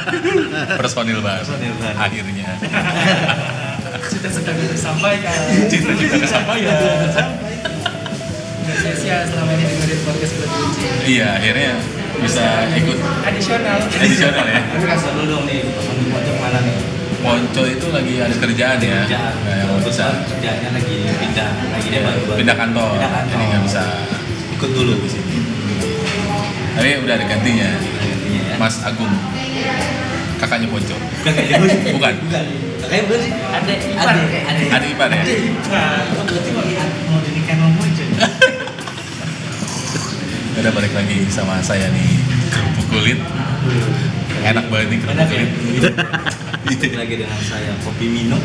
Personil baru. Akhirnya. Cita-cita bisa sampaikan. Cita-cita kesampaian. Udah sia-sia selama ini dengerin podcast Berani Kunci. Iya, akhirnya bisa ikut Additional ya. Tapi kasih dulu dong nih, teman di pojok mana nih? Ponco itu lagi ada kerjaan ya. Nggak yang bisa. Kerjaannya lagi pindah, lagi dia baru Pindah kantor. Jadi nggak bisa ikut dulu di sini. Tapi udah ada gantinya. Mas Agung. Kakaknya Ponco. Bukan. Kakaknya bukan sih? Ada ipar. Ada ipar ya. Oh, berarti mau dinikahin sama Ponco. Udah balik lagi sama saya nih, kerupuk kulit. Enak banget nih kerupuk kulit. Balik lagi dengan saya, Kopi Mino.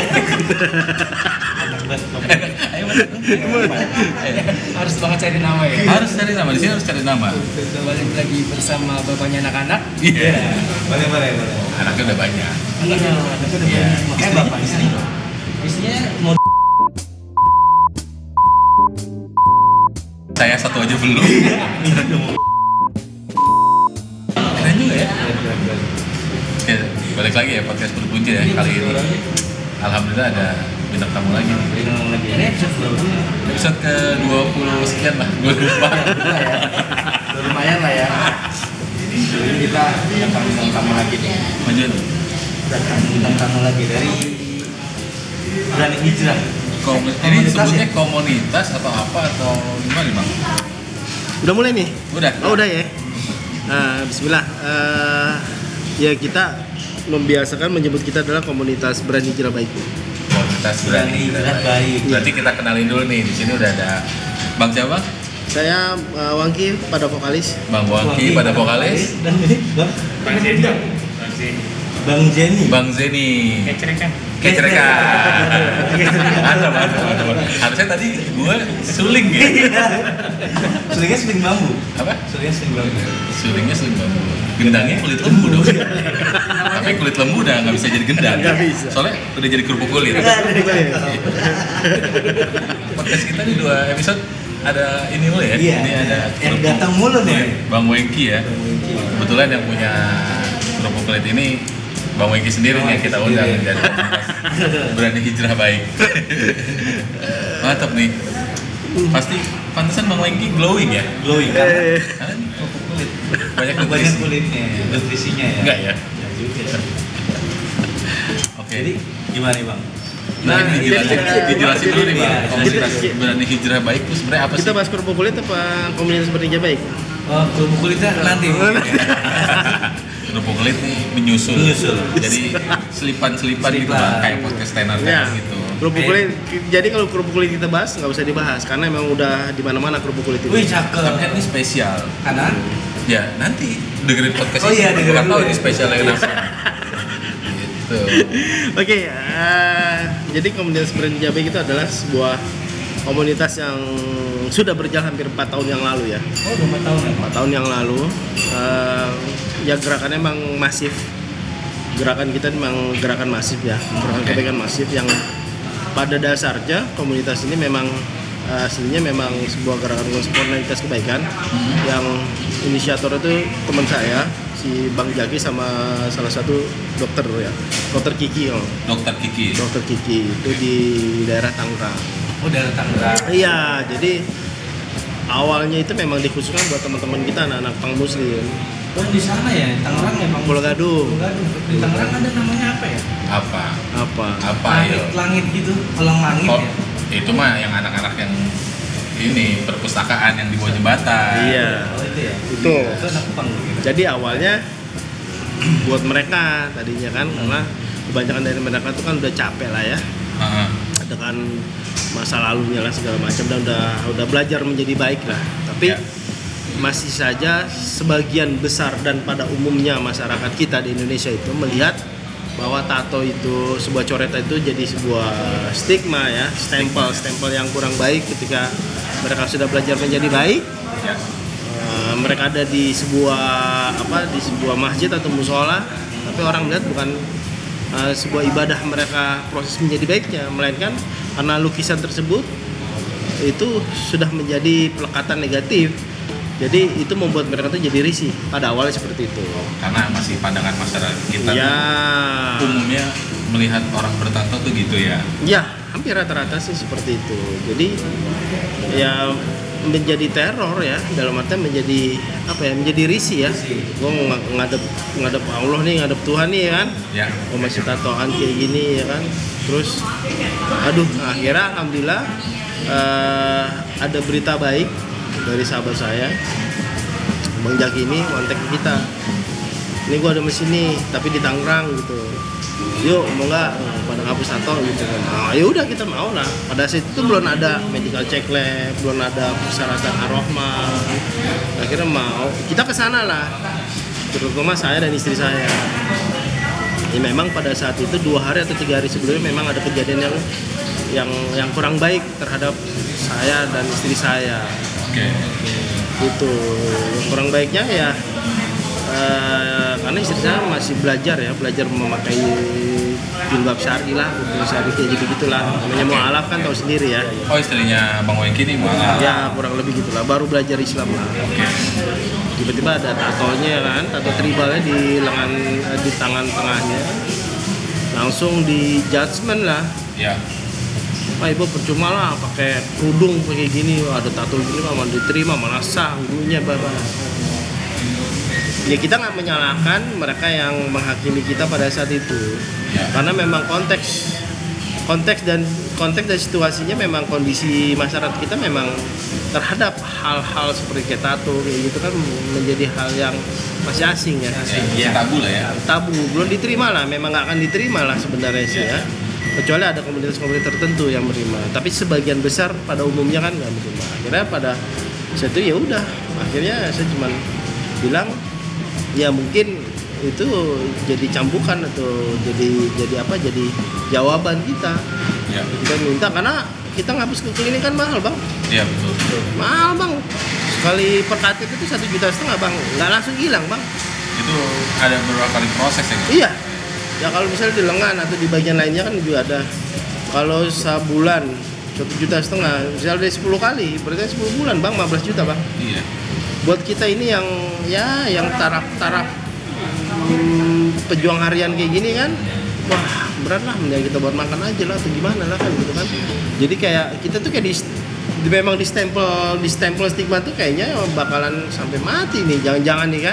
Ayo Harus banget cari nama ya. harus cari nama, di sini harus cari nama. Balik lagi bersama bapaknya anak-anak. Iya. Boleh. Anaknya udah banyak. Iya. Makanya bapak istri. Istrinya mau Saya satu aja belum. Keren juga ya. Oke, balik lagi ya podcast Berkunci ya kali ini. Alhamdulillah ada bintang tamu lagi nih. Ini episode berapa? Episode ke-20 sekian lah, gue lupa. Lumayan lah ya. Jadi kita datang bintang tamu lagi nih. Majuin. Datang bintang tamu lagi dari Berani Hijrah. Ini sebutnya komunitas atau apa atau gimana Bang? Udah mulai nih? Udah. Oh udah ya. Bismillah. Ya kita membiasakan menyebut kita adalah komunitas Berani Hijrah Baik. Komunitas Berani Hijrah Baik. Berarti kita kenalin dulu nih. Di sini udah ada Bang siapa? Saya Wangki pada vokalis. Bang Wangki pada vokalis. Dan ini Bang Jenny. Bang Zeni. Kecerekan. Mantap. Harusnya tadi gue suling ya. Sulingnya suling bambu. Apa? Sulingnya suling bambu. Gendangnya kulit lembu dong. Tapi kulit lembu udah nggak bisa jadi gendang. Nggak bisa. Soalnya udah jadi kerupuk kulit. Podcast kita di 2 episode ada ini mulu ya. Iya. Ini ada yang datang mulu nih. Bang Wengki ya. Kebetulan yang punya kerupuk kulit ini Bang Wengki sendiri nih yang kita undang dari komunitas Berani Hijrah Baik. Mantap nih. Pasti pantesan Bang Wengki glowing ya. Glowing Karena kerupuk kulit. Banyak nutrisi. kulitnya, nutrisinya ya. Enggak ya? Juga. Oke. Jadi gimana nih Bang? Nah, dijelasin dulu nih Bang. Iya, Komunitas Berani Hijrah Baik itu sebenarnya apa sih? Kita bahas kerupuk kulit apa komunitas Berani Hijrah Baik? Oh, kerupuk kulitnya nanti. Kerupuk kulit nih menyusul. Jadi selipan-selipan gitu Bang, kayak podcast tenar Ya. gitu. Kerupuk kulit. Jadi kalau kerupuk kulit kita bahas nggak usah dibahas karena emang udah di mana-mana kerupuk kulit itu. Wih, cakep. Tapi kan ini spesial. Karena Ya, nanti dengerin podcast Oh iya, dengerin Bukan tahu dulu ini ya. spesialnya kenapa. Gitu. Oke, jadi komunitas Berani Hijrah Baik itu adalah sebuah komunitas yang sudah berjalan hampir 4 tahun yang lalu ya. oh 2 tahun ya. 4 tahun yang lalu ya gerakannya emang masif. Gerakan kita memang gerakan masif ya, gerakan Oke. kebaikan masif yang pada dasarnya komunitas ini memang aslinya memang sebuah gerakan spontanitas kebaikan yang inisiator itu teman saya si Bang Jaki sama salah satu dokter ya, Dokter Kiki Dokter Kiki. Dokter Kiki itu di daerah Tangerang. Oh, dari Tangerang. Iya, jadi awalnya itu memang dikhususkan buat teman-teman kita anak-anak pang muslim. Oh, di sana ya, Tangerang ya Bang. Pulau Gadung. Di Tangerang ada namanya apa ya? Apa ya? Langit gitu, kolong langit Oh, ya. itu mah yang anak-anak yang ini perpustakaan yang di bawah jembatan. Iya. Oh, itu ya. Itu. Itu anak pang gitu. Jadi awalnya buat mereka tadinya kan karena kebanyakan dari mereka itu kan udah capek lah ya Heeh. dengan masa lalunya lah segala macam dan udah belajar menjadi baik lah. Tapi Ya. masih saja sebagian besar dan pada umumnya masyarakat kita di Indonesia itu melihat bahwa tato itu sebuah coretan itu jadi sebuah stigma ya, stempel yang kurang baik ketika mereka sudah belajar menjadi baik. Ya. Mereka ada di sebuah masjid atau musola, tapi orang melihat bukan sebuah ibadah mereka proses menjadi baiknya, melainkan karena lukisan tersebut itu sudah menjadi pelekatan negatif Jadi itu membuat mereka tuh jadi risih pada awalnya seperti itu. Karena masih pandangan masyarakat kita Ya, umumnya melihat orang bertato tuh gitu ya. ya hampir rata-rata sih seperti itu. Jadi ya menjadi teror ya, dalam artian menjadi apa ya, menjadi risih ya. Gue ngadep Allah nih, ngadep Tuhan nih ya kan. Ya. Oh masih tatoan kayak gini ya kan. Terus aduh, akhirnya alhamdulillah ada berita baik dari sahabat saya, Bang Jaki ini kontak kita. Ini gua ada mesin nih, tapi di Tangerang gitu. Yuk mau nggak pada ngapus tato gitu kan. Nah, ya udah kita mau lah. Pada saat itu belum ada medical check lab, belum ada persyaratan Ar-Rahma. Akhirnya mau, kita kesana lah. Terutama saya dan istri saya. Ya memang pada saat itu 2 hari atau 3 hari sebelumnya memang ada kejadian yang kurang baik terhadap saya dan istri saya. Oke. Itu yang kurang baiknya ya karena istri saya masih belajar memakai jilbab syar'i lah, jilbab syar'i kayak gitu-gitulah. Namanya mualaf kan tahu sendiri ya. Oh, istrinya Bang Wengki nih mualaf. Ya kurang lebih gitulah, baru belajar Islam lah. Oke. Tiba-tiba ada tatonya kan, tato tribalnya di lengan, di tangan tengahnya. Langsung di judgement lah. Ya. Ibu percuma lah pakai kerudung kayak gini, ada tato gini mah diterima, malah sah hulunya bapak. Ya kita nggak menyalahkan mereka yang menghakimi kita pada saat itu, karena memang konteks dan situasinya memang kondisi masyarakat kita memang terhadap hal-hal seperti kayak tato kayak gitu kan menjadi hal yang masih asing ya. Ya, tabu lah ya. Tabu, belum diterima lah, memang nggak akan diterima lah sebenarnya sih ya. Kecuali ada komunitas-komunitas tertentu yang menerima, tapi sebagian besar pada umumnya kan nggak menerima. Akhirnya pada saat itu ya udah, akhirnya saya cuma bilang ya mungkin itu jadi cambukan atau jadi jawaban kita. Ya. Kita minta karena kita ngapus ke klinik kan mahal bang. Iya betul. Mahal bang. Sekali per KTP itu 1,5 juta bang, nggak langsung hilang bang. Itu ada beberapa kali proses ya. Iya. Ya kalau misalnya di lengan atau di bagian lainnya kan juga ada. Kalau sebulan 1,5 juta, misalnya dari 10 kali, berarti 10 bulan bang, 15 juta bang. Iya. Buat kita ini yang taraf pejuang harian kayak gini kan, wah berat lah, mending kita buat makan aja lah atau gimana lah kan gitu kan. Jadi kayak kita tuh kayak memang di stempel stigma tuh kayaknya bakalan sampai mati nih, jangan-jangan nih kan.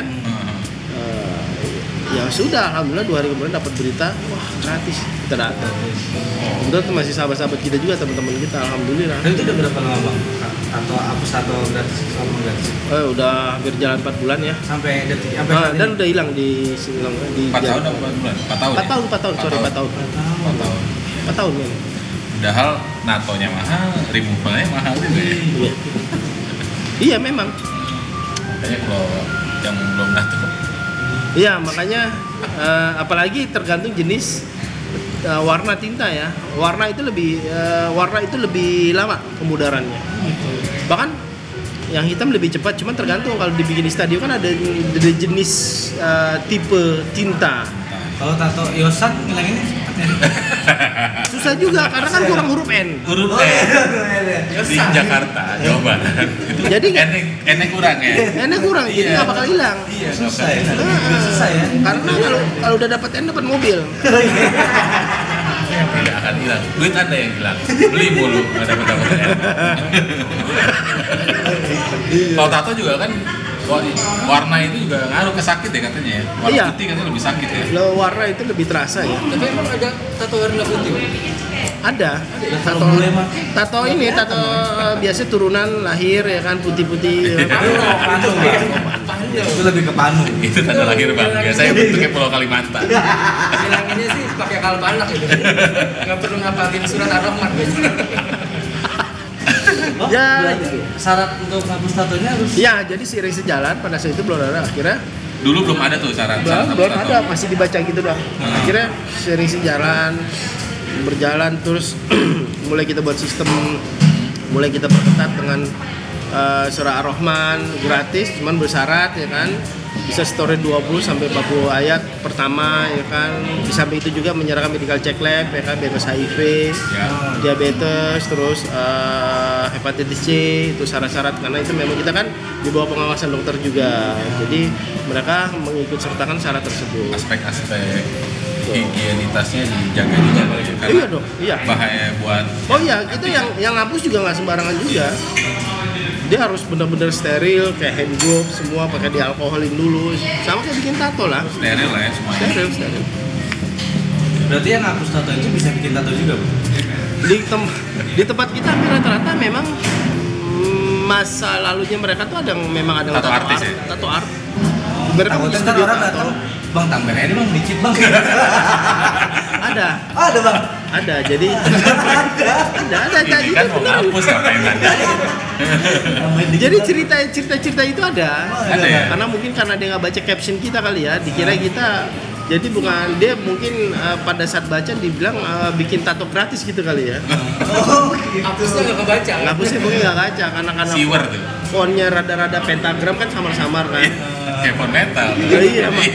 Ya sudah, alhamdulillah 2 hari kemudian dapat berita, wah gratis, kita datang. Itu masih sahabat-sahabat kita juga, teman-teman kita, alhamdulillah. Dan itu udah berapa lama bang? Atau hapus tato gratis selama gratis? Udah hampir jalan 4 bulan ya. Sampai detik Dan udah hilang di 4 tahun atau 4 bulan? 4 tahun. 4 tahun, sorry 4 tahun. 4 tahun ya. Padahal natonya mahal, removalnya mahal juga ya. Iya. Iya memang. Kayaknya kalau yang belum nato. Iya makanya apalagi tergantung jenis warna tinta ya. Warna itu lebih lama kemudarannya. Bahkan yang hitam lebih cepat, cuman tergantung kalau dibikin di stadion kan ada jenis tipe tinta. Kalau tato Yosan ngilanginnya Susah juga karena kan kurang huruf N. Huruf N di Jakarta, Jawa Barat. Jadi N-nya kurang ya. N-nya kurang, jadi nggak bakal hilang. Iya, susah ya. Susah ya. Karena kalau udah dapat N dapat mobil. Tidak akan hilang. Duit Anda yang hilang. Beli mulu nggak dapat N. Kalau tato juga kan warna itu juga ngaruh ke sakit ya katanya ya. Warna putih katanya lebih sakit ya. Warna itu lebih terasa ya. Tapi emang ada tato warna putih? Ada. Tato ini biasa turunan lahir ya kan putih-putih. Panu ya. Itu lebih ke panu. Itu tanda lahir bang. Biasanya bentuknya Pulau Kalimantan. Hilanginnya sih pakai kalbalak gitu. Nggak perlu ngapalin surat Ar-Rahman gitu. Ya, syarat untuk hapus tatonya harus. Ya, jadi seiring sejalan pada saat itu belum ada akhirnya. Dulu belum ada tuh syarat Belum ada, masih dibaca gitu doang. Akhirnya seiring sejalan berjalan terus mulai kita buat sistem, mulai kita perketat dengan surah Ar-Rahman gratis, cuman bersyarat ya kan. Bisa storage 20 sampai 40 ayat pertama ya kan. Di samping itu juga menyerahkan medical check lab ya kan, bebas HIV, diabetes, terus hepatitis C itu syarat-syarat, karena itu memang kita kan di bawah pengawasan dokter juga. Jadi mereka mengikut sertakan syarat tersebut. Aspek-aspek higienitasnya dijaga juga kali ya, karena Iya dong, iya. bahaya buat Oh iya, kita yang ngapus juga nggak sembarangan juga. Dia harus benar-benar steril, kayak hand glove semua pakai dialkoholin dulu. Sama kayak bikin tato lah. steril lah ya semuanya. Steril. Berarti yang hapus tato itu bisa bikin tato juga, Bang? Di tempat kita hampir rata-rata memang masa lalunya mereka tuh memang ada Tato artis ya? tato art. Mereka punya Takutnya ntar studio orang tato. datang, Bang tambah ini Bang dikit Bang. Ada. Ada Bang. Ada. Jadi ada Ini tadi kan mau ngapus ngapain tadi? Jadi cerita itu ada. Ada ya? Karena mungkin karena dia nggak baca caption kita kali ya, dikira kita. Jadi bukan dia mungkin pada saat baca dibilang bikin tato gratis gitu kali ya. Oh gitu. Hapusnya nggak kebaca. Ngapusnya mungkin nggak kaca karena Siwer tuh. fontnya rada-rada pentagram kan samar-samar kan. Kayak phone metal. Iya, Mak.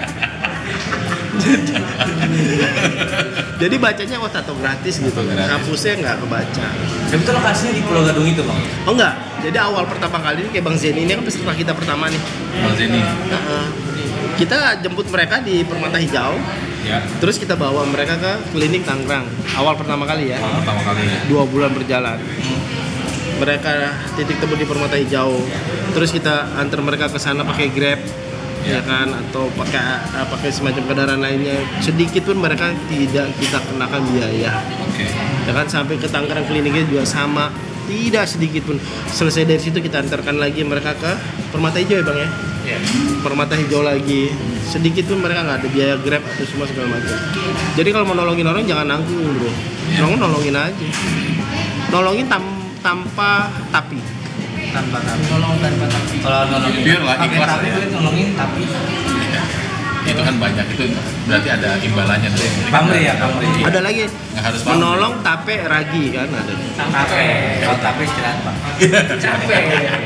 Jadi bacanya tato gratis gitu. Tato gratis. Ngapusnya nggak kebaca. Tapi itu lokasinya di Pulau Gadung itu Bang? Oh enggak. Jadi awal pertama kali ini kayak Bang Zeni ini kan peserta kita pertama nih. Bang Zeni. Kita jemput mereka di Permata Hijau. Ya. Terus kita bawa mereka ke klinik Tangerang. Awal pertama kali ya. Pertama kali ya. 2 bulan berjalan. Mereka titik temu di Permata Hijau. Terus kita antar mereka ke sana pakai Grab, ya kan, atau pakai semacam kendaraan lainnya. Sedikit pun mereka tidak kita kenakan biaya. Oke. Ya kan, sampai ke Tangerang kliniknya juga sama. Tidak sedikit pun. Selesai dari situ kita antarkan lagi mereka ke Permata Hijau ya Bang ya. Iya. Permata Hijau lagi. Sedikit pun mereka nggak ada biaya Grab atau semua segala macam. Jadi kalau mau nolongin orang jangan nanggung bro. Nolongin aja. Nolongin tanpa tapi. Tanpa tapi. Nolong tanpa tapi. Kalau nolongin Pure lah, pakai ikhlas tapi ya. gue nolongin tapi. Itu kan banyak, itu berarti ada imbalannya tuh. Pamri ya, pamri. Ada lagi Nggak harus pamri. menolong tape ragi kan ada. Tape. Kalau tape istirahat Bang. Capek.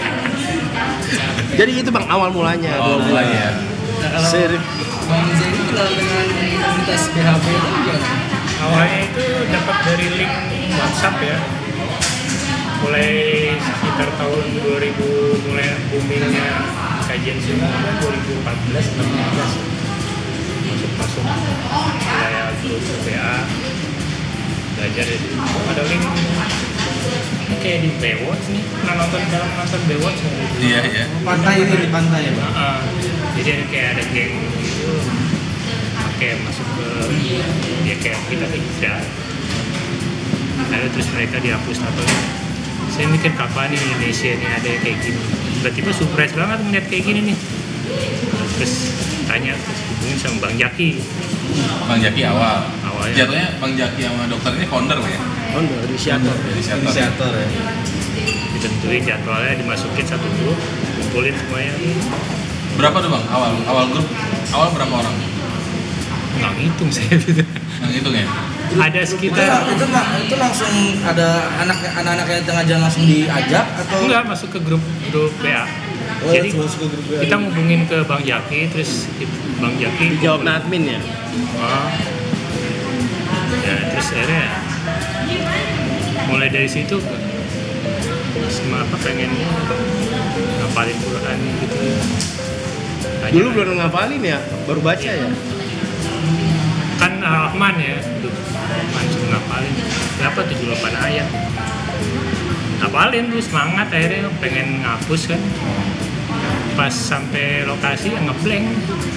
Jadi itu Bang awal mulanya. Oh, 2 bulan. mulai ya. Nah, kalau Seri- Bang Zeni kenal dengan komunitas BHP itu gimana? Awalnya itu dapat dari link WhatsApp ya. Mulai sekitar tahun 2000 mulai boomingnya kajian semua 2014 masuk wilayah grup PA belajar di situ. Ada link kayak di Baywatch nih, pernah nonton Baywatch nggak gitu? Iya, iya. Pantai ini di pantai ya Bang. Jadi ada kayak ada geng gitu kayak masuk ke ya kayak kita ke hijrah, lalu terus mereka dihapus tato. Saya mikir kapan nih Indonesia ini ada yang kayak gini, tiba-tiba surprise banget ngeliat kayak gini nih. Terus tanya, terus hubungin sama Bang Jaki Bang Jaki awalnya. Jatuhnya Bang Jaki sama dokter ini founder ya? Founder, inisiator. Inisiator ya. ditentuin jadwalnya, dimasukin satu grup, kumpulin semuanya. Berapa tuh Bang awal grup? Awal berapa orang? Nggak ngitung saya gitu. Yang hitung ya? Ada sekitar Itu langsung ada anak-anak yang tengah jalan langsung diajak atau enggak masuk ke grup PA. Jadi kita ngubungin ke Bang Jaki, terus Bang Jaki Dijawab admin ya. Oh. Ya, terus akhirnya mulai dari situ semua pengen ngapalin Quran gitu. Dulu belum ngapalin ya, baru baca ya. Kan Rahman ya, Rahman suruh ngapalin berapa 78 ayat. Ngapalin tuh semangat, akhirnya pengen ngapus kan. Pas sampai lokasi ya ngeblank.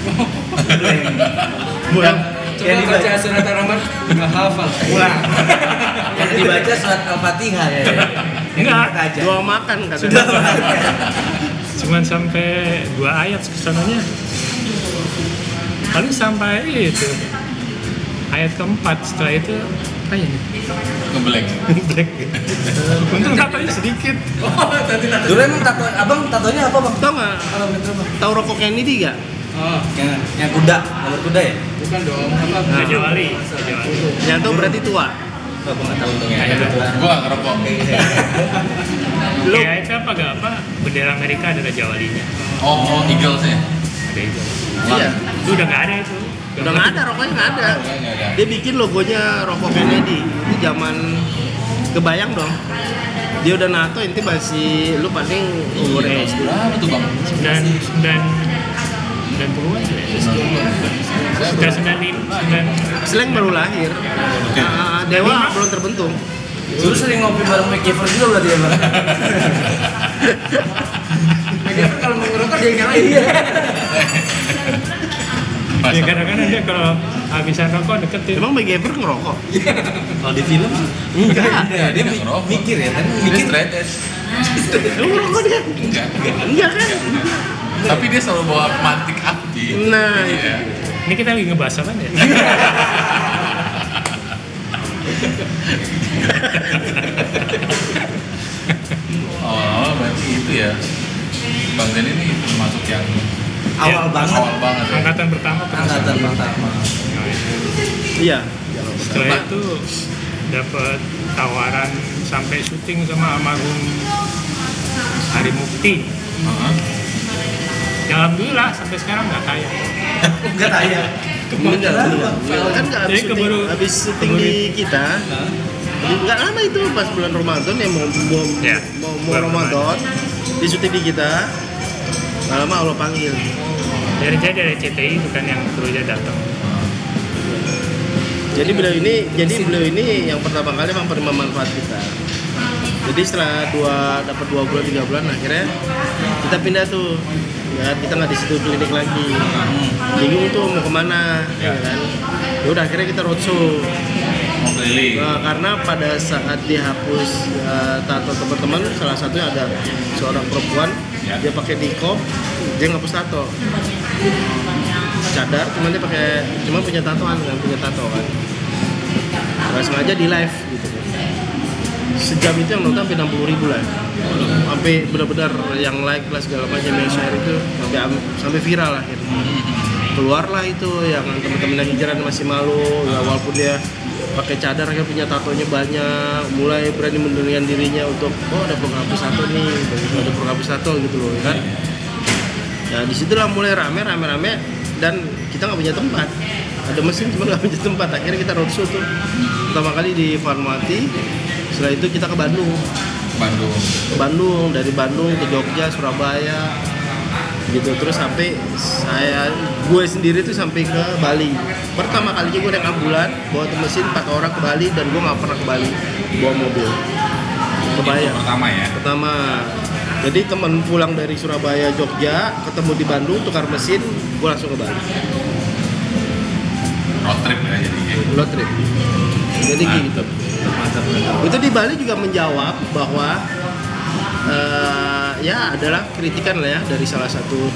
Coba baca surat Ar-Rahman nggak hafal. pulang? Yang dibaca surat Al-Fatihah ya. Enggak, aja. Doa makan kata. cuman sampai 2 ayat kesananya. Paling sampai itu ayat keempat, setelah itu apa ya? Ngeblank. Black. Untung katanya sedikit. Dulu emang abang tatonya apa Bang? Tahu nggak? Tahu rokok Kennedy gak? Oh, Yang kuda, nomor kuda ya? bukan dong. Apa? Raja Wali. Raja Wali. Yang tahu berarti tua. Oh, gue nggak tahu untungnya. Gua nggak ngerokok. Kayak itu apa bendera Amerika ada Raja Walinya. Oh, Eagles ya? Ada itu. Iya. Itu udah nggak ada itu. Udah nggak ada, rokoknya nggak ada. Nggak ada. Dia bikin logonya rokok Kennedy. Itu zaman kebayang dong. Dia udah NATO, inti masih lu paling umur SD. Berapa tuh bang? 90-an ya? Sudah 99. Slang baru lahir. Oke. Dewa belum terbentuk. Dulu sering ngopi bareng McGever juga berarti ya, Bang? McGever kalau mau ngerokok dia yang nyalain. Ya kadang-kadang dia kalau habisan rokok deketin. Emang MacGyver ngerokok? Kalau di film sih. Enggak. Ya, dia ngerokok. Mikir ya, tapi Dia mikir. straight edge. Lu ngerokok dia? Enggak. Enggak kan? Tapi dia selalu bawa pemantik api. Nah, Iya. Ini kita lagi ngebahas apa ya? Oh, berarti itu ya. Bang Zen ini termasuk yang Awal banget. awal banget ya. Angkatan pertama. Angkatan pertama. iya. Setelah itu dapat tawaran sampai syuting sama almarhum Hari Mukti. Heeh. Ya, alhamdulillah sampai sekarang nggak kaya. Enggak tanya. Meninggal. Kan nggak habis Jadi syuting, keburu- habis syuting di kita. Nggak lama itu pas bulan Ramadan ya Ya, mau bulan Ramadan di syuting di kita. Nggak lama Allah panggil. Dari CTI bukan yang krunya datang. Jadi beliau ini yang pertama kali memang penerima manfaat kita. Jadi setelah dapat 2 bulan 3 bulan akhirnya kita pindah tuh. Ya kita nggak di situ klinik lagi. Bingung tuh mau kemana, ya kan? Ya udah akhirnya kita roadshow. Mau keliling. Nah, karena pada saat dihapus tato teman-teman, salah satunya ada seorang perempuan, Ya. dia pakai niqab, dia ngapus tato. Cadar, cuman dia cuma punya tatoan, kan punya tato kan. Nggak sengaja di live gitu. Sejam itu yang nonton sampai 60.000 lah. Sampai benar-benar yang like lah segala macam yang share itu sampai viral akhirnya. Keluarlah itu yang teman-teman yang hijrah masih malu, ya, walaupun dia pakai cadar akhirnya punya tatonya banyak, mulai berani mendirikan dirinya untuk ada program hapus tato nih, ada program hapus tato gitu loh, ya kan? Ya disitulah mulai rame dan kita nggak punya tempat, ada mesin cuma nggak punya tempat, akhirnya kita roadshow tuh pertama kali di Fatmawati, setelah itu kita ke Bandung, dari Bandung ke Jogja, Surabaya gitu, terus sampai gue sendiri tuh sampai ke Bali. Pertama kalinya gue naik ambulan bawa mesin 4 orang ke Bali, dan gue nggak pernah ke Bali bawa mobil. Kebayang. Pertama. Jadi teman pulang dari Surabaya, Jogja, ketemu di Bandung, tukar mesin, gue langsung ke Bali. Road trip ya jadinya. Road trip. Jadi gitu. Itu di Bali juga menjawab bahwa ya adalah kritikan lah ya dari salah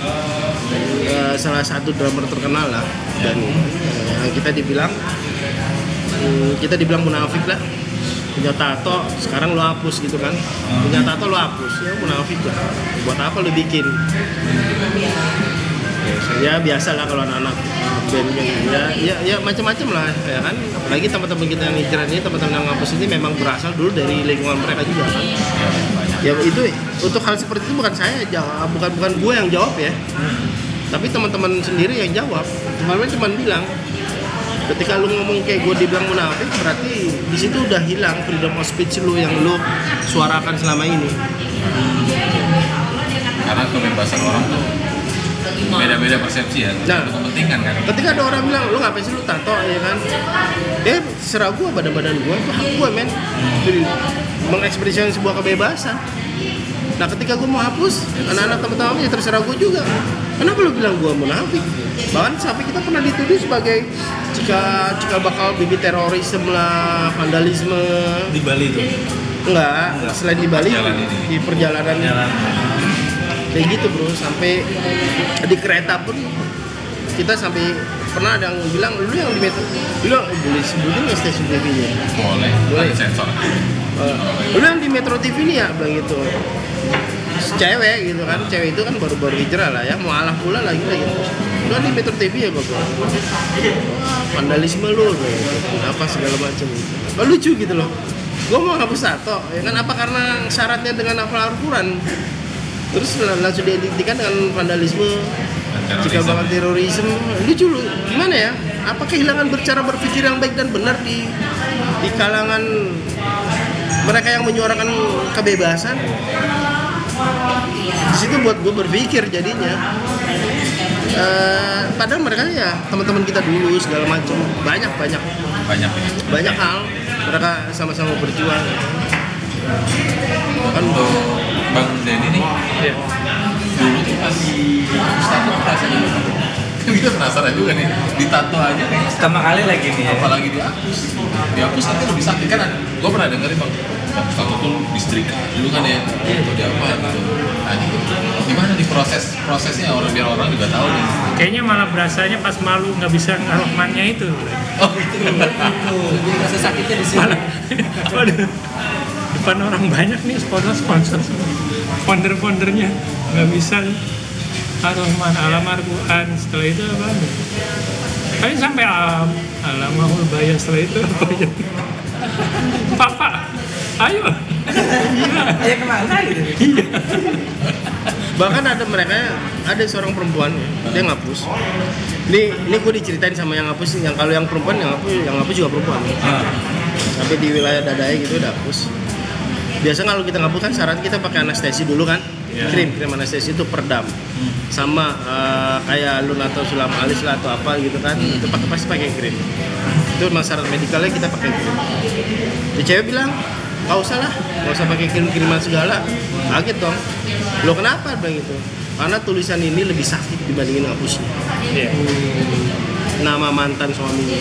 satu drummer terkenal lah, dan kita dibilang munafik lah, punya tato sekarang lo hapus gitu kan, punya tato lo hapus, ya munafik lah, buat apa lo bikin? Ya biasa lah kalau anak-anak band ya macam-macam lah ya kan, apalagi teman-teman kita yang hijrah ini, teman-teman yang ngapus ini memang berasal dulu dari lingkungan mereka juga kan. Ya itu untuk hal seperti itu bukan saya jawab, bukan gue yang jawab ya, tapi teman-teman sendiri yang jawab. Cuma bilang ketika lu ngomong kayak gue dibilang munafik, berarti di situ udah hilang freedom of speech lu yang lu suarakan selama ini. Karena kebebasan orang tuh beda-beda persepsi ya, Nah, kepentingan kan. ketika ada orang bilang lu ngapain sih lu tato ya kan, serah gue badan gue, itu hak gue men. Jadi mengekspresikan sebuah kebebasan. Nah ketika gue mau hapus, anak-anak teman-teman ya terserah gue juga. Kenapa lu bilang gue munafik? Bahkan sampai kita pernah dituduh sebagai jika bakal bibit terorisme lah, vandalisme. Di Bali itu. Enggak, selain di Bali, di perjalanan kayak gitu bro, sampai di kereta pun kita sampai pernah ada yang bilang lu yang di metro, boleh sebutin nggak stasiun TV-nya? Boleh. Ada sensor. Lu yang di Metro TV ini ya, bilang gitu. Cewek gitu kan, cewek itu kan baru-baru hijrah lah ya, mau alah pula lagi lah gitu. Lu kan di Metro TV ya bapak, vandalisme lu, apa segala macam gitu. Lucu gitu loh. Gue mau hapus tato, ya kan, apa karena syaratnya dengan hafal Al-Quran, terus langsung diidentikan dengan vandalisme, jika bakal terorisme. Lucu lu, gimana ya? Apa kehilangan cara berpikir yang baik dan benar di kalangan mereka yang menyuarakan kebebasan. Di situ buat gue berpikir jadinya. Padahal mereka ya teman-teman kita dulu segala macam banyak hal mereka sama-sama berjuang. Kan untuk Bang Denny nih, dulu tuh pas status rasanya kan kita penasaran juga nih, ditato aja nih Pertama kali lagi nih ya. apalagi dihapus nanti lebih sakit kan. Gue pernah dengerin Bang, status tuh disetrika dulu kan ya, atau di apa gitu. Nah, gimana nih prosesnya biar orang juga tahu nih. Kayaknya malah berasanya pas malu nggak bisa ngarohmannya itu. Oh gitu. Lebih rasa sakitnya di sini. Waduh, depan orang banyak nih sponsor semua. Founder-foundernya nggak bisa Ar-Rahman Alamar Quran, setelah itu apa? Kayaknya sampai Alamahul Bayan, setelah itu apa ya? Pak, ayo. Kayak kemana gitu. Iya. Bahkan ada seorang perempuan dia ngapus. Ini gue diceritain sama yang ngapus, yang kalau yang perempuan yang ngapus juga perempuan. Sampai di wilayah dadai gitu udah hapus. Biasa kalau kita ngapus kan syarat kita pakai anestesi dulu kan. Krim anestesi itu perdam. Sama kayak alun atau sulam alis lah atau apa gitu kan. Itu pasti pakai krim. Itu syarat medikalnya kita pakai krim. Di cewek bilang, "Enggak usah lah, enggak usah pakai kiriman segala." Kaget dong. Lo kenapa bilang gitu? Karena tulisan ini lebih sakit dibandingin ngapusnya. Iya. Nama mantan suaminya.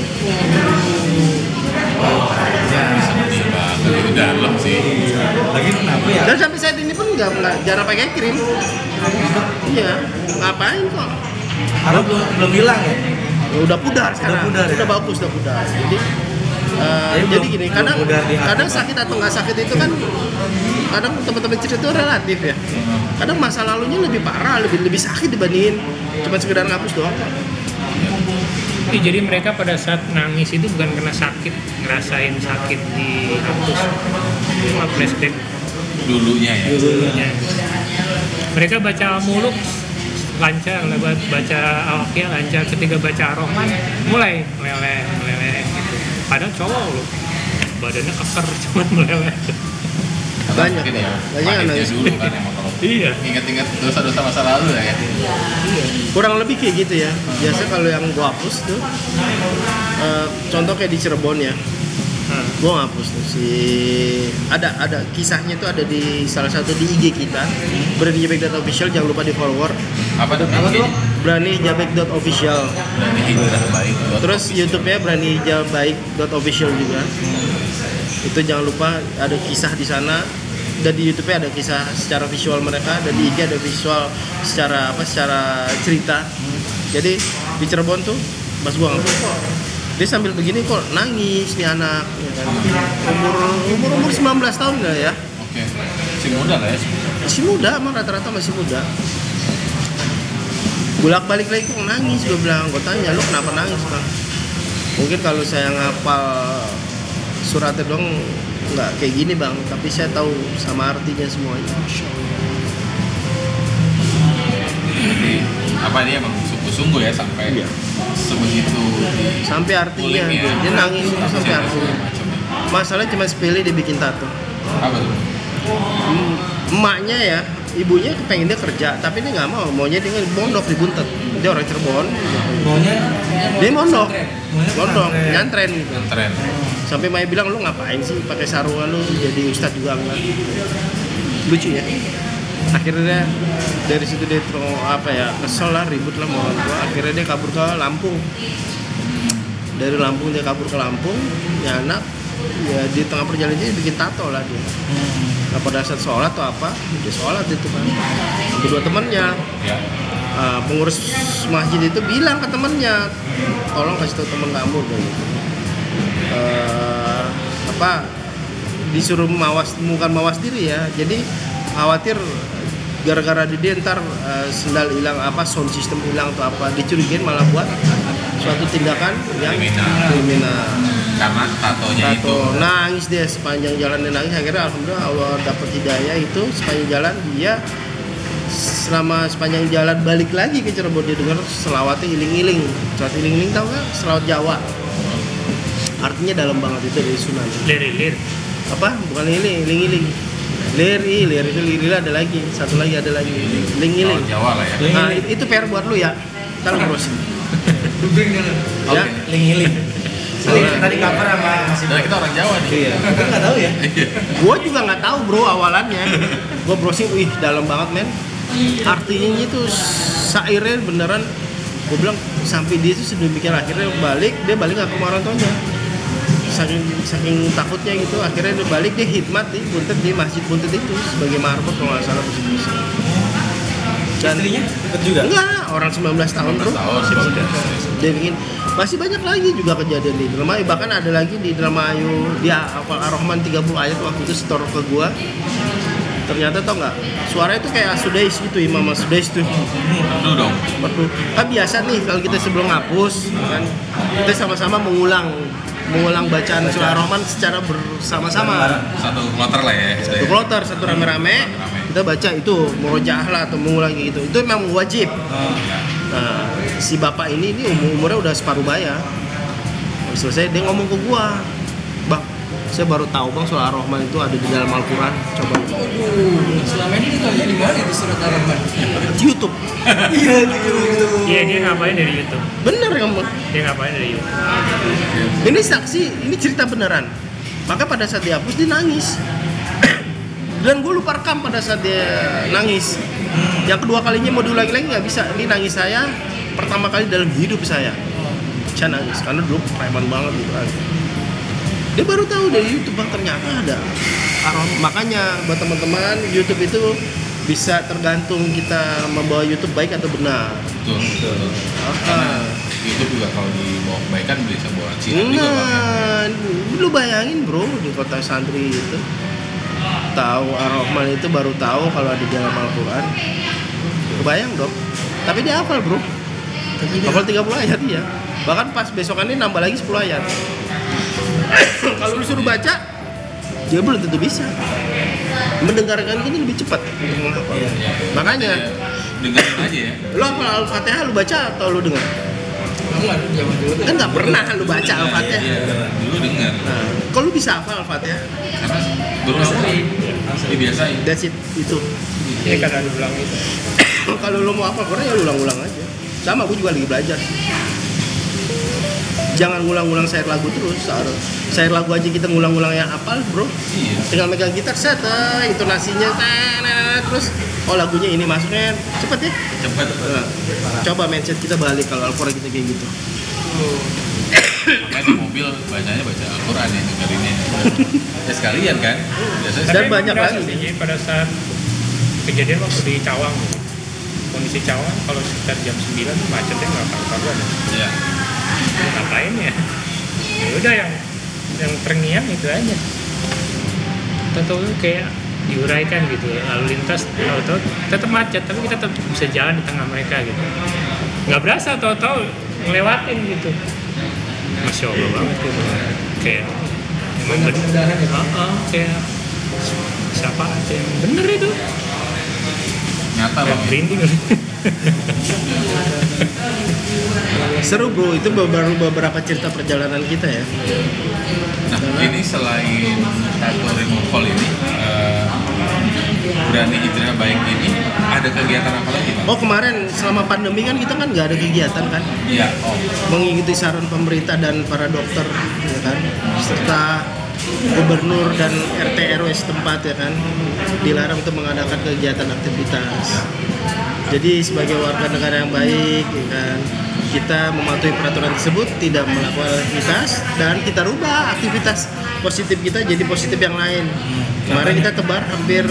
Bisa lebih banget itu dalam sih. Lagi kenapa ya? Dan sampai saat ini pun nggak jarang pakai krim. Iya, ngapain kok? Karena belum hilang ya. Udah pudar sekarang. pudar ya? Udah bagus, udah pudar. Jadi belum- gini, belum kadang pudar di hati, kadang Pak. sakit atau nggak sakit itu kan kadang teman-teman cerita itu relatif ya. Kadang masa lalunya lebih parah, lebih sakit dibandingin cuma sekedar ngapus doang. Jadi mereka pada saat nangis itu bukan karena sakit, ngerasain sakit di hapus. Itu mah flashback Dulunya ya. dulunya. Mereka baca muluk lancar, baca Al-Waqiah lancar. Ketika baca Ar-Rahman mulai meleleh gitu. Padahal cowok loh, badannya keker cuman meleleh. Banyak. Mungkin ya, Banyak yang pahitnya nangis. dulu kan emang kalau Iya. ingat-ingat dosa-dosa masa lalu ya. Kurang lebih kayak gitu ya. Biasa kalau yang gua hapus tuh contoh kayak di Cirebon ya. Gua ngapus tuh ada kisahnya tuh ada di salah satu di IG kita. Berani Jabek .official, jangan lupa di follow. Apa tuh? Berani Jabek .official. Berarti hijrah baik. Terus YouTube-nya Berani Jabek .official juga. Itu jangan lupa ada kisah di sana. Dan di YouTube-nya ada kisah secara visual mereka, dan di IG ada visual secara cerita. Jadi di Cirebon tuh pas gua ngapus kok dia sambil begini kok nangis nih anak ya kan. umur 19 tahun nggak ya, Oke. Si muda lah ya. masih muda, emang rata-rata masih muda. Bolak-balik lagi kok nangis, gue bilang, gue tanya lu kenapa nangis bang? Mungkin kalau saya ngapal suratnya dong nggak kayak gini bang, tapi saya tahu sama artinya semuanya. Jadi apa dia emang sungguh-sungguh ya sampai Iya. sebegitu Sampai artinya kulitnya, dia nangis itu sampai segala artinya. macam. Masalah cuma sepele dia bikin tato. Apa tuh? Emaknya ya, ibunya kepengen dia kerja, tapi dia nggak mau, maunya dia mondok di Buntet. Dia orang Cirebon, Maunya dia mondok, pesantren. nyantren gitu. Tren. Sampai Maya bilang, lu ngapain sih pakai sarungan lu jadi ustadz juga enggak? Lucu ya. Akhirnya dari situ dia kesel lah, ribut lah sama orang tua. Akhirnya dia kabur ke Lampung. Dari Lampung dia kabur ke Lampung, ya anak, ya di tengah perjalanan dia bikin tato lah dia. Nah pada saat sholat atau apa, dia sholat itu kan. Kedua temannya, Ya. pengurus masjid itu bilang ke temannya, tolong kasih tahu teman kamu kayak gitu. Disuruh bukan mawas diri ya, jadi khawatir gara-gara dia ntar sendal hilang, sound system hilang atau apa, dicurigain malah buat suatu tindakan yang kriminal. Karena tatonya itu. Nangis dia sepanjang jalan, dia nangis. Akhirnya alhamdulillah Allah dapat hidayah itu sepanjang jalan. Dia selama sepanjang jalan balik lagi ke Cirebon, dia dengar selawatnya iling-iling. Selawat iling-iling tahu nggak? Selawat Jawa. Artinya dalam banget itu dari Sunan. Lirir. apa? Bukan iling-iling. Lir itu lirila ada lagi, satu lagi ada lagi. Ling-iling. Kalau Jawa lah ya. Nah, itu PR buat lu ya. Ntar lu browsing. Dubing dulu. Ya. Ling-iling. Tadi cover sama masih. Nah, kita orang Jawa nih. Iya. Aku nggak tahu ya. Gua juga nggak tahu bro awalannya. Gua browsing, wih dalam banget men. Artinya itu syairnya beneran. Gua bilang sampai dia itu sedemikian akhirnya dia balik nggak ke rumah orang tuanya. Saking takutnya gitu, akhirnya dia balik, dia khidmat di Buntet, di Masjid Buntet itu sebagai marbot kalau nggak salah bisa. Dan Istrinya ikut juga? enggak, orang 19 tahun bro. 19 tahun sih udah. Dia bikin masih banyak lagi juga kejadian di Indramayu, bahkan ada lagi di Indramayu dia hafal Ar-Rahman 30 ayat waktu itu setor ke gua. Ternyata tau nggak, suaranya itu kayak Sudais gitu, Imam Sudais tuh. Aduh dong. Waduh, kan biasa nih kalau kita sebelum ngapus kan kita sama-sama mengulang bacaan surah Ar-Rahman secara bersama-sama. Satu kloter lah ya. Satu kloter, satu rame-rame. Kita baca itu murojaah lah atau mengulang gitu. Itu memang wajib. Nah, si bapak ini umurnya udah separuh baya. Habis selesai dia ngomong ke gua, "Bang, saya baru tahu Bang surah Ar-Rahman itu ada di dalam Al-Qur'an." Coba. Selama ini kita lihat di mana itu surat Ar-Rahman? Di YouTube. Iya di YouTube. Iya, dia ngapain dari YouTube? Bener kamu. Dia ngapain dari YouTube? Ini saksi, ini cerita beneran. Maka pada saat dihapus dia nangis. Dan gue lupa rekam pada saat dia nangis. Yang kedua kalinya mau diulangi lagi nggak bisa. Ini nangis saya pertama kali dalam hidup saya. Saya nangis karena dulu preman banget gitu kan. Dia baru tahu dari YouTube Bang ternyata ada. Makanya buat teman-teman YouTube itu bisa tergantung kita membawa YouTube baik atau benar. Betul. Karena YouTube juga kalau dibawa kebaikan bisa bawa Cina juga Bang. Nah, lu bayangin bro di kota santri itu tahu Ar-Rahman itu baru tahu kalau di dalam Al-Quran. Kebayang dong. Tapi dia hafal bro. Hafal 30 ayat ya. Bahkan pas besokannya nambah lagi 10 ayat. Kalau lu suruh baca, dia belum tentu bisa. Mendengarkan ini lebih cepat. Makanya dengerin aja ya. lu hafal Al-Fatihah lu baca atau lu dengar? Enggak, zaman dulu. Kan nggak pernah lu baca Al-Fatihah. Iya, dulu denger. Nah, kalau lu bisa hafal Al-Fatihah, Karena berulang-ulang dibiasain. that's it, itu. Ini kan ada ulang itu. Kalau lu mau hafal Quran ya lu ulang-ulang aja. Sama gue juga lagi belajar. Jangan ngulang-ngulang syair lagu terus. Syair lagu aja kita ngulang-ngulang yang hafal, bro. Iya. Tinggal megang gitar set, intonasinya terus lagunya ini masuknya cepet ya. Cepet. Nah, coba mindset kita balik kalau Al-Quran kita kayak gitu. Makanya di mobil bacanya baca Al-Quran ya dengerinnya. Ya sekalian kan. Biasanya Dan emang banyak berasa lagi. sih, jadi pada saat kejadian waktu di Cawang, kondisi Cawang kalau sekitar jam 9 tuh macetnya nggak karuan. Iya. Ngapain ya? Ya udah yang terngiang itu aja. Tahu kayak diuraikan gitu, lalu lintas tahu-tahu tetap macet, tapi kita tetap bisa jalan di tengah mereka gitu. Nggak berasa tahu-tahu ngelewatin gitu. Masya Allah banget gitu. Kayak emang bener. Kayak siapa aja yang bener itu. Nyata Bang. Merinding. Seru bro, itu baru beberapa cerita perjalanan kita ya. Nah, ini selain tato removal ini, berani hijrah baik ini, ada kegiatan apa lagi Bang? Oh kemarin selama pandemi kan kita kan nggak ada kegiatan kan, Iya. Oh. mengikuti saran pemerintah dan para dokter ya kan, serta gubernur dan RT RW setempat ya kan, dilarang untuk mengadakan kegiatan aktivitas. Jadi sebagai warga negara yang baik ya kan, kita mematuhi peraturan tersebut, tidak melakukan aktivitas, dan kita rubah aktivitas positif kita jadi positif yang lain. Kemarin kita tebar hampir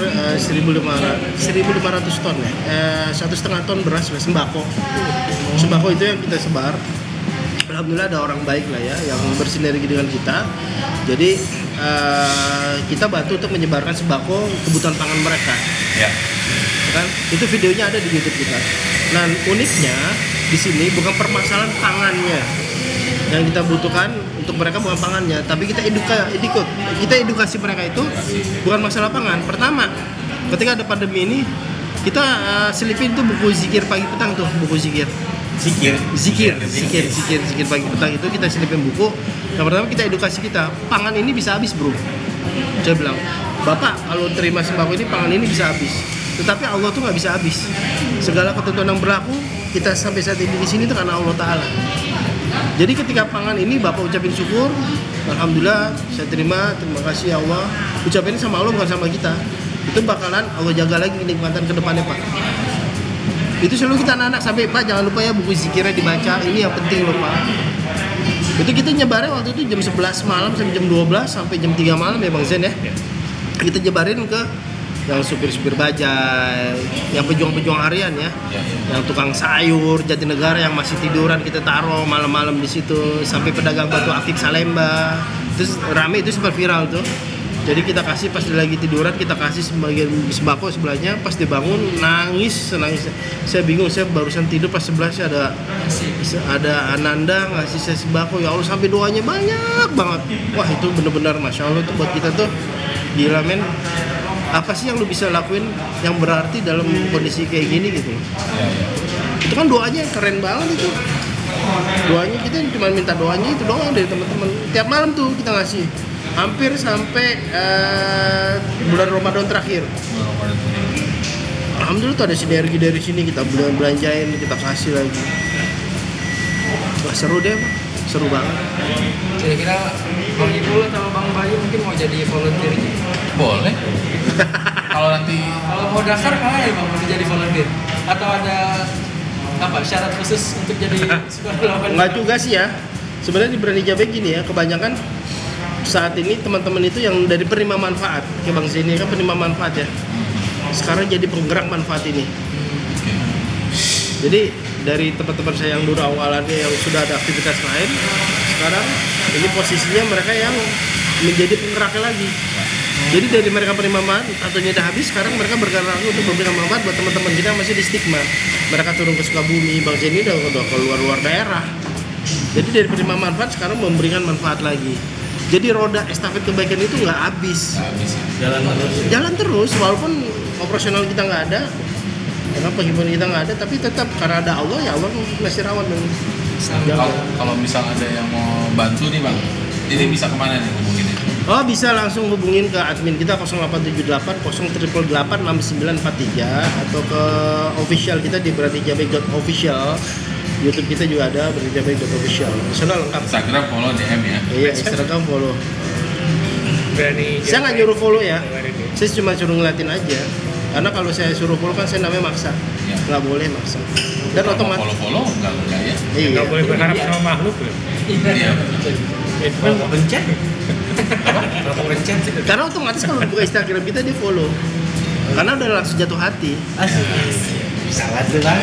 1.500 ton ya, 1,5 ton beras sembako. Sembako itu yang kita sebar. Alhamdulillah ada orang baik lah ya yang bersinergi dengan kita. Jadi kita bantu untuk menyebarkan sembako kebutuhan pangan mereka. Ya. Kan itu videonya ada di YouTube kita. Nah uniknya di sini bukan permasalahan pangannya yang kita butuhkan untuk mereka, bukan pangannya, tapi kita edukasi mereka itu bukan masalah pangan. Pertama, ketika ada pandemi ini kita selipin tuh buku zikir pagi petang tuh, buku zikir pagi petang itu kita selipin buku. Yang pertama kita edukasi kita, pangan ini bisa habis bro. Saya bilang, Bapak kalau terima sembako ini pangan ini bisa habis, tetapi Allah tuh nggak bisa habis. Segala ketentuan yang berlaku kita sampai saat ini di sini itu karena Allah Taala. Jadi ketika pangan ini Bapak ucapin syukur, alhamdulillah saya terima kasih ya Allah. Ucapin sama Allah bukan sama kita. Itu bakalan Allah jaga lagi kenikmatan ke depannya Pak. Itu selalu kita anak-anak sampai Pak jangan lupa ya buku zikirnya dibaca, ini yang penting loh Pak. Itu kita nyebarin waktu itu jam 11 malam sampai jam 12 sampai jam 3 malam ya Bang Zen ya. Kita nyebarin ke yang supir-supir bajai, yang pejuang-pejuang harian ya, yang tukang sayur Jatinegara yang masih tiduran kita taruh malam-malam di situ, sampai pedagang batu akik Salemba, terus rame itu sempat viral tuh. Jadi kita kasih pas dia lagi tiduran kita kasih sebagian sembako sebelahnya, pas dia bangun nangis. Saya bingung, saya barusan tidur pas sebelah saya ada Ananda ngasih saya sembako, ya Allah sampai doanya banyak banget. Wah itu benar-benar masya Allah tuh buat kita tuh gila men. Apa sih yang lu bisa lakuin yang berarti dalam kondisi kayak gini gitu. Itu kan doanya keren banget itu. Doanya kita cuma minta doanya itu doang dari teman-teman. Tiap malam tuh kita ngasih. Hampir sampai bulan Ramadan terakhir. Alhamdulillah tuh ada sinergi dari sini, kita belanjain, kita kasih lagi. Wah seru deh Pak. Seru banget. Kira-kira Bang Ibul atau Bang Bayu mungkin mau jadi volunteer gitu? Boleh. Kalau nanti Kalau mau daftar kemana ya Bang mau jadi volunteer? Atau ada apa syarat khusus untuk jadi sukarelawan? Enggak juga sih ya. Sebenarnya di Berani Jabe gini ya, kebanyakan saat ini teman-teman itu yang dari penerima manfaat, kayak Bang Zeni kan penerima manfaat ya. Sekarang jadi penggerak manfaat ini. Jadi dari teman-teman saya yang dulu awalannya yang sudah ada aktivitas lain, sekarang ini posisinya mereka yang menjadi penggeraknya lagi. Jadi dari mereka penerima manfaat ataunya udah habis, sekarang mereka bergerak untuk memberikan manfaat buat teman-teman kita yang masih di stigma. Mereka turun ke Sukabumi, Bang Zeni udah keluar daerah. Jadi dari penerima manfaat sekarang memberikan manfaat lagi. Jadi roda estafet kebaikan itu nggak habis. Jalan terus walaupun operasional kita nggak ada, karena penghiburan kita nggak ada, tapi tetap karena ada Allah ya Allah masih rawat dong. kalau misal ada yang mau bantu nih Bang, ini bisa kemana nih hubunginnya? Oh bisa langsung hubungin ke admin kita 0878 088 6943 atau ke official kita di beranijabe.official. YouTube kita juga ada beranijabe.official. Sana lengkap. Instagram follow DM ya. Iya, Instagram follow. Berani Saya nggak nyuruh follow ya. Saya cuma suruh ngeliatin aja. Karena kalau saya suruh follow kan saya namanya maksa. Ya. Nggak boleh maksa. Dan otomatis. Follow enggak ya. Iya. nggak boleh berharap sama makhluk loh. Iya. Itu Mau pencet? Kalau pencet sih. Karena otomatis kalau buka Instagram kita dia follow. Karena udah langsung jatuh hati. Salah tuh Bang.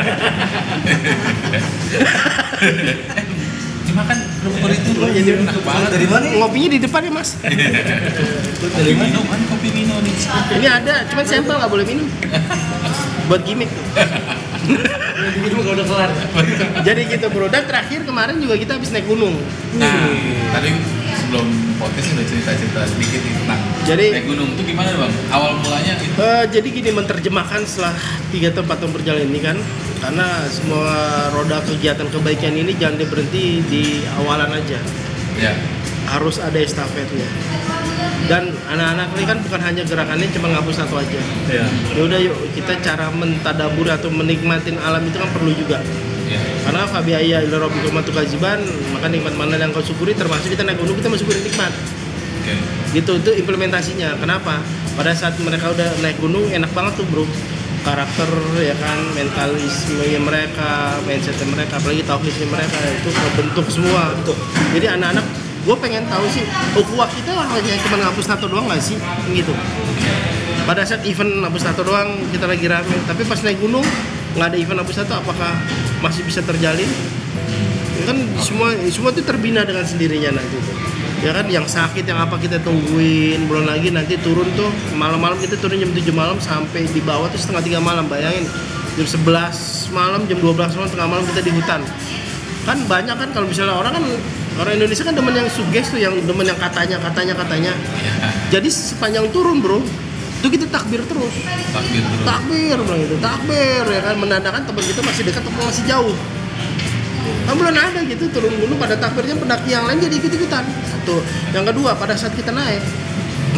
Dimakan kerupuk itu loh. Jadi Enak banget. Dari mana? Ngopinya di depan ya mas. Kopi Mino kan kopi Mino nih. Ini ada, cuman sampel nggak boleh minum. Buat gimmick. Ini kalau udah kelar. Jadi gitu bro. Dan terakhir kemarin juga kita habis naik gunung. Nah, tadi sebelum podcast udah cerita-cerita sedikit nih tentang Jadi- naik gunung itu gimana Bang? Awal mulanya itu Jadi gini menerjemahkan setelah 3 atau 4 tahun berjalan ini kan, karena semua roda kegiatan kebaikan ini jangan berhenti di awalan aja, ya. harus ada estafetnya. Dan anak-anak ini kan bukan hanya gerakannya cuma ngapus satu aja. Ya. Ya udah yuk kita cara mentadabur atau menikmatin alam itu kan perlu juga. Ya. Karena Fabiaya ila rabbika matukaziban, maka nikmat mana yang kau syukuri, termasuk kita naik gunung kita mensyukuri nikmat. Oke. Gitu itu implementasinya. Kenapa? Pada saat mereka udah naik gunung enak banget tuh bro, karakter ya kan, mentalisme mereka, mindsetnya mereka, apalagi tauhidnya mereka itu terbentuk semua. Jadi anak-anak, gue pengen tahu sih ukhuwah kita hanya cuma ngapus tato doang nggak sih gitu. Pada saat event hapus tato doang kita lagi rame, tapi pas naik gunung nggak ada event hapus tato, apakah masih bisa terjalin? Ya kan semua itu terbina dengan sendirinya nanti tuh. Ya kan yang sakit yang apa kita tungguin, belum lagi nanti turun tuh malam-malam, kita turun jam 7 malam sampai di bawah tuh setengah 3 malam. Bayangin jam 11 malam, jam 12 malam, tengah malam kita di hutan. Kan banyak kan kalau misalnya orang Indonesia kan demen yang suges tuh, yang demen yang katanya. Jadi sepanjang turun bro, itu kita takbir terus. Takbir bilang itu, takbir ya kan, menandakan teman kita masih dekat atau masih jauh. Kan belum ada gitu turun gunung pada takbirnya, pendaki yang lain jadi ikut-ikutan. Satu. Yang kedua pada saat kita naik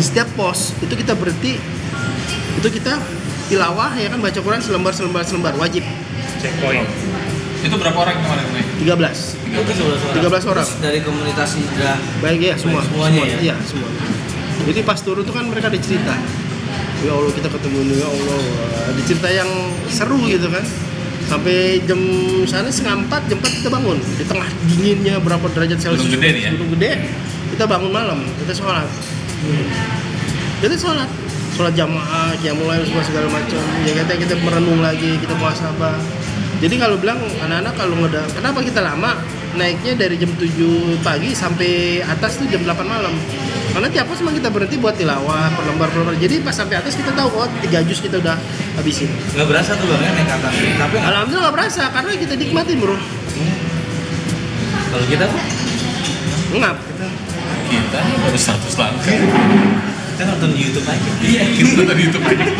di setiap pos itu kita berhenti, itu kita tilawah ya kan, baca Quran selembar wajib. Checkpoint. Itu berapa orang kemarin nih? 13 Itu 13 orang. Terus dari komunitas Hijrah. Baik ya semua. Semuanya ya? Iya, semua. Jadi pas turun tuh kan mereka ada cerita. Ya Allah kita ketemu nih, ya Allah. Ada cerita yang seru gitu kan. Sampai jam sana setengah 4, jam 4 kita bangun. Di tengah dinginnya berapa derajat Celcius. Gunung gede nih ya? Gunung gede. Kita bangun malam, kita sholat. Kita sholat jamaah, yang mulai semua segala macam. Ya kita merenung lagi, kita muhasabah. Jadi kalau bilang anak-anak kalau kenapa kita lama naiknya dari jam 7 pagi sampai atas tuh jam 8 malam. Karena tiap pos memang kita berhenti buat tilawah, per lembar. Jadi pas sampai atas kita tahu 3 juz kita udah habisin. Nggak berasa tuh bang ya naik ke atas. Tapi Alhamdulillah nggak berasa karena kita nikmatin bro. kalau kita Ngap. Kita baru 100 langkah. kita nonton di YouTube aja. Iya, kita nonton di YouTube aja.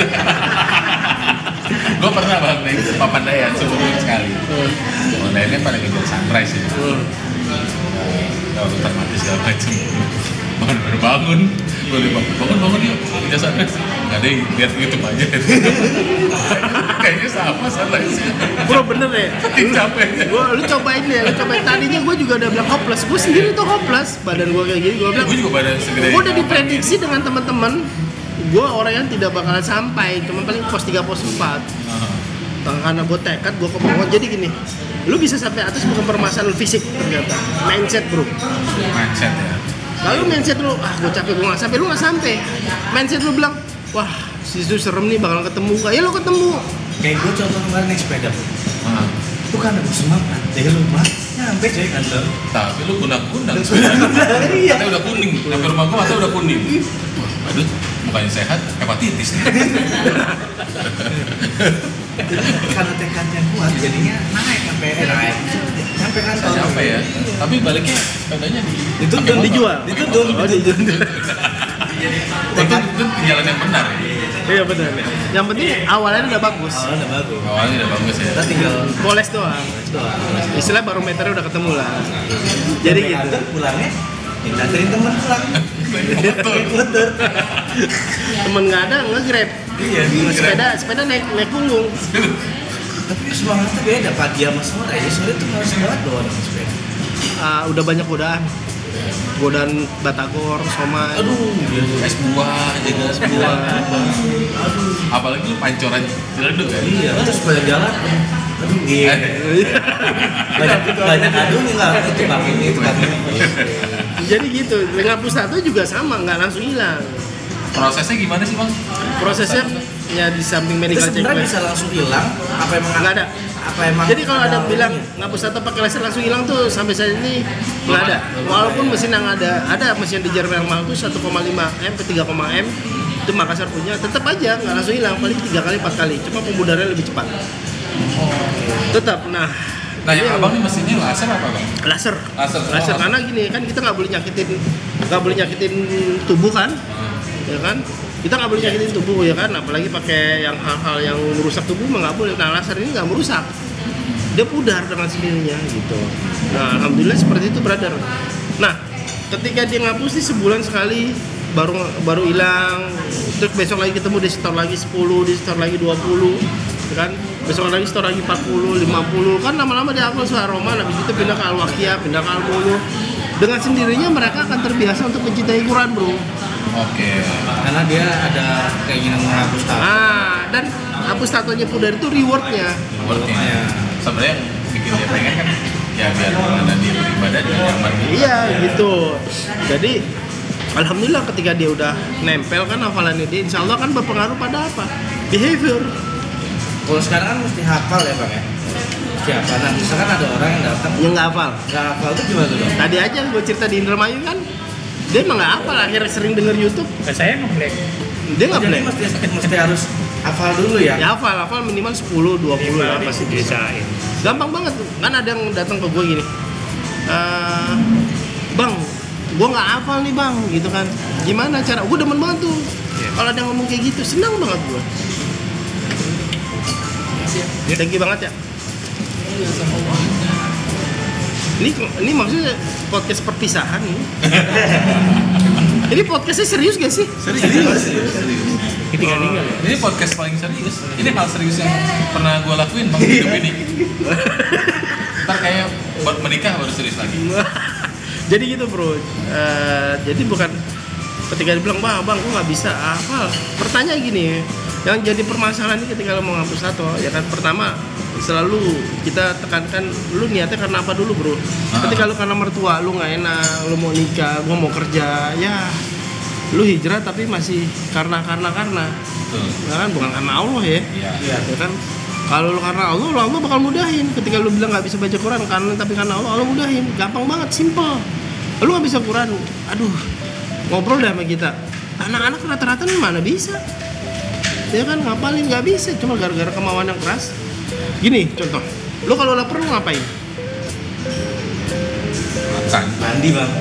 Gue pernah bang naik Papandayan sebulan sekali. Papandayannya pada ngejar sunrise ya. Kalau termati segala macam. Baru bangun. Gue bilang bangun yuk. Ngejar sunrise. Nggak deh, lihat YouTube aja. Kayaknya sama sunrise. Bro bener ya. Saking capeknya. Lu cobain deh, tadinya gue juga udah bilang hopeless. Gue sendiri tuh hopeless. Badan gue kayak gini, gue bilang. Gue juga badan segede. Gue udah diprediksi dengan teman-teman. Gue orang yang tidak bakalan sampai, cuma paling pos 3, pos 4. Karena gue tekad, gue kemauan. Jadi gini, lu bisa sampai atas bukan permasalahan fisik ternyata, mindset bro. Mindset ya. Kalau mindset lu, gue capek, gue nggak sampai, lu nggak sampai. Mindset lu bilang, wah, situ serem nih, bakal ketemu. Ya lu ketemu. Kayak gue contoh kemarin naik sepeda bro. Bukan aku semangat, lu mah nyampe coy kantor. Tapi lu kunang-kunang. Iya. Katanya udah kuning. Sampai rumah gua matanya udah kuning. Wah, aduh, bukannya sehat, hepatitis. Karena tekadnya kuat, jadinya naik sampai kantor. Sampai ya. Tapi baliknya sepedanya Dituntun, dijual. Dituntun. Oh, dijunjung. Itu jalan yang benar ya. Iya benar. Yang penting awalnya udah bagus. Udah bagus. Awalnya udah bagus ya. Kita tinggal Poles doang. Istilah barometernya udah ketemu lah. Jadi sampai gitu. kantor, pulangnya minta anterin teman pulang. Motor. Temen nggak ada nge-grab. Iya, Sepeda naik punggung. Tapi semangatnya beda pagi sama sore. Ya sore tuh harus banget doang sama sepeda. Udah banyak godaan batagor, somai. Es buah, jaga es buah. Apalagi lu pancoran Ciledug kan? Iya, terus banyak jalan. Aduh, iya. Banyak aduh enggak itu kaki ini. Jadi gitu, ngapus tato juga sama, nggak langsung hilang. Prosesnya gimana sih bang? Prosesnya ya di samping Itu medical sebenarnya check bisa langsung hilang apa emang nggak ada. Apa emang Jadi kalau ada bilang ngapus tato pakai laser langsung hilang tuh sampai saat ini nggak ada. Walaupun mesin yang ada mesin di Jerman mahal tuh 1,5 M ke 3, M itu Makassar punya, tetap aja nggak langsung hilang, paling 3 kali 4 kali, cuma pembudarannya lebih cepat. Tetap. Nah yang abang nih mesinnya laser apa bang? Laser Laser. karena gini kan kita nggak boleh nyakitin tubuh kan, ya kan? Kita nggak boleh nyakitin tubuh ya kan, apalagi pakai yang hal-hal yang merusak tubuh mah nggak boleh. Nah laser ini nggak merusak, dia pudar dengan sendirinya gitu. Nah alhamdulillah seperti itu brother. Nah ketika dia ngapus nih sebulan sekali baru hilang, terus besok lagi ketemu di store lagi 10, di store lagi 20, ya kan? Besok lagi store lagi 40, 50, kan lama-lama dia hafal suara Roma, habis itu pindah ke Al-Waqiyah, pindah ke Al-Mulu. Dengan sendirinya mereka akan terbiasa untuk mencintai Quran bro. Oke. karena dia ada keinginan menghapus tato. Dan hapus tatonya pudar itu rewardnya. Rewardnya. Sebenarnya yang bikin dia pengen kan ya biar ada dia beribadah dia nyaman. Iya gitu. Jadi alhamdulillah ketika dia udah nempel kan hafalannya dia, insya Allah kan berpengaruh pada apa? Behavior. Kalau sekarang kan mesti hafal ya bang ya. Mesti hafal. Nah misalkan ada orang yang datang Yang nggak hafal. nggak hafal tuh gimana tuh bang? Tadi aja gue cerita di Indramayu kan, dia emang nggak hafal, akhirnya sering denger YouTube, Saya ngeblank. dia nggak Jadi blank. mesti harus hafal dulu ya. Ya hafal minimal 10, 20 lah pasti bisa. Bisain. Gampang banget tuh. Kan ada yang datang ke gue gini, bang, gue nggak hafal nih bang, gitu kan. Gimana cara? Gue demen banget tuh. Kalau ada yang ngomong kayak gitu, senang banget gue. Thank you banget ya. Ini maksudnya podcast perpisahan nih. Ini podcastnya serius gak sih? Serius. Tinggal-tinggal ya. Ini podcast paling serius. Ini hal serius yang pernah gue lakuin bang di hidup ini. Ntar kayak buat menikah baru serius lagi. Jadi gitu bro. Jadi bukan ketika dibilang bang gue nggak bisa hafal. Pertanyaan gini, yang jadi permasalahan ini ketika lo mau ngapus tato, ya kan pertama selalu kita tekankan lu niatnya karena apa dulu bro. Ketika lu karena mertua lu nggak enak, lu mau nikah, gua mau kerja, ya lu hijrah tapi masih karena Betul. ya kan bukan karena Allah ya. Iya. Ya kan kalau lu karena Allah bakal mudahin. Ketika lu bilang nggak bisa baca Quran tapi karena Allah mudahin, gampang banget, simple. Lu nggak bisa Quran, aduh ngobrol deh sama kita, anak-anak rata-rata mana bisa ya kan ngapalin, nggak bisa, cuma gara-gara kemauan yang keras. Gini contoh, lu kalau lapar lu ngapain? Makan. Mandi bang.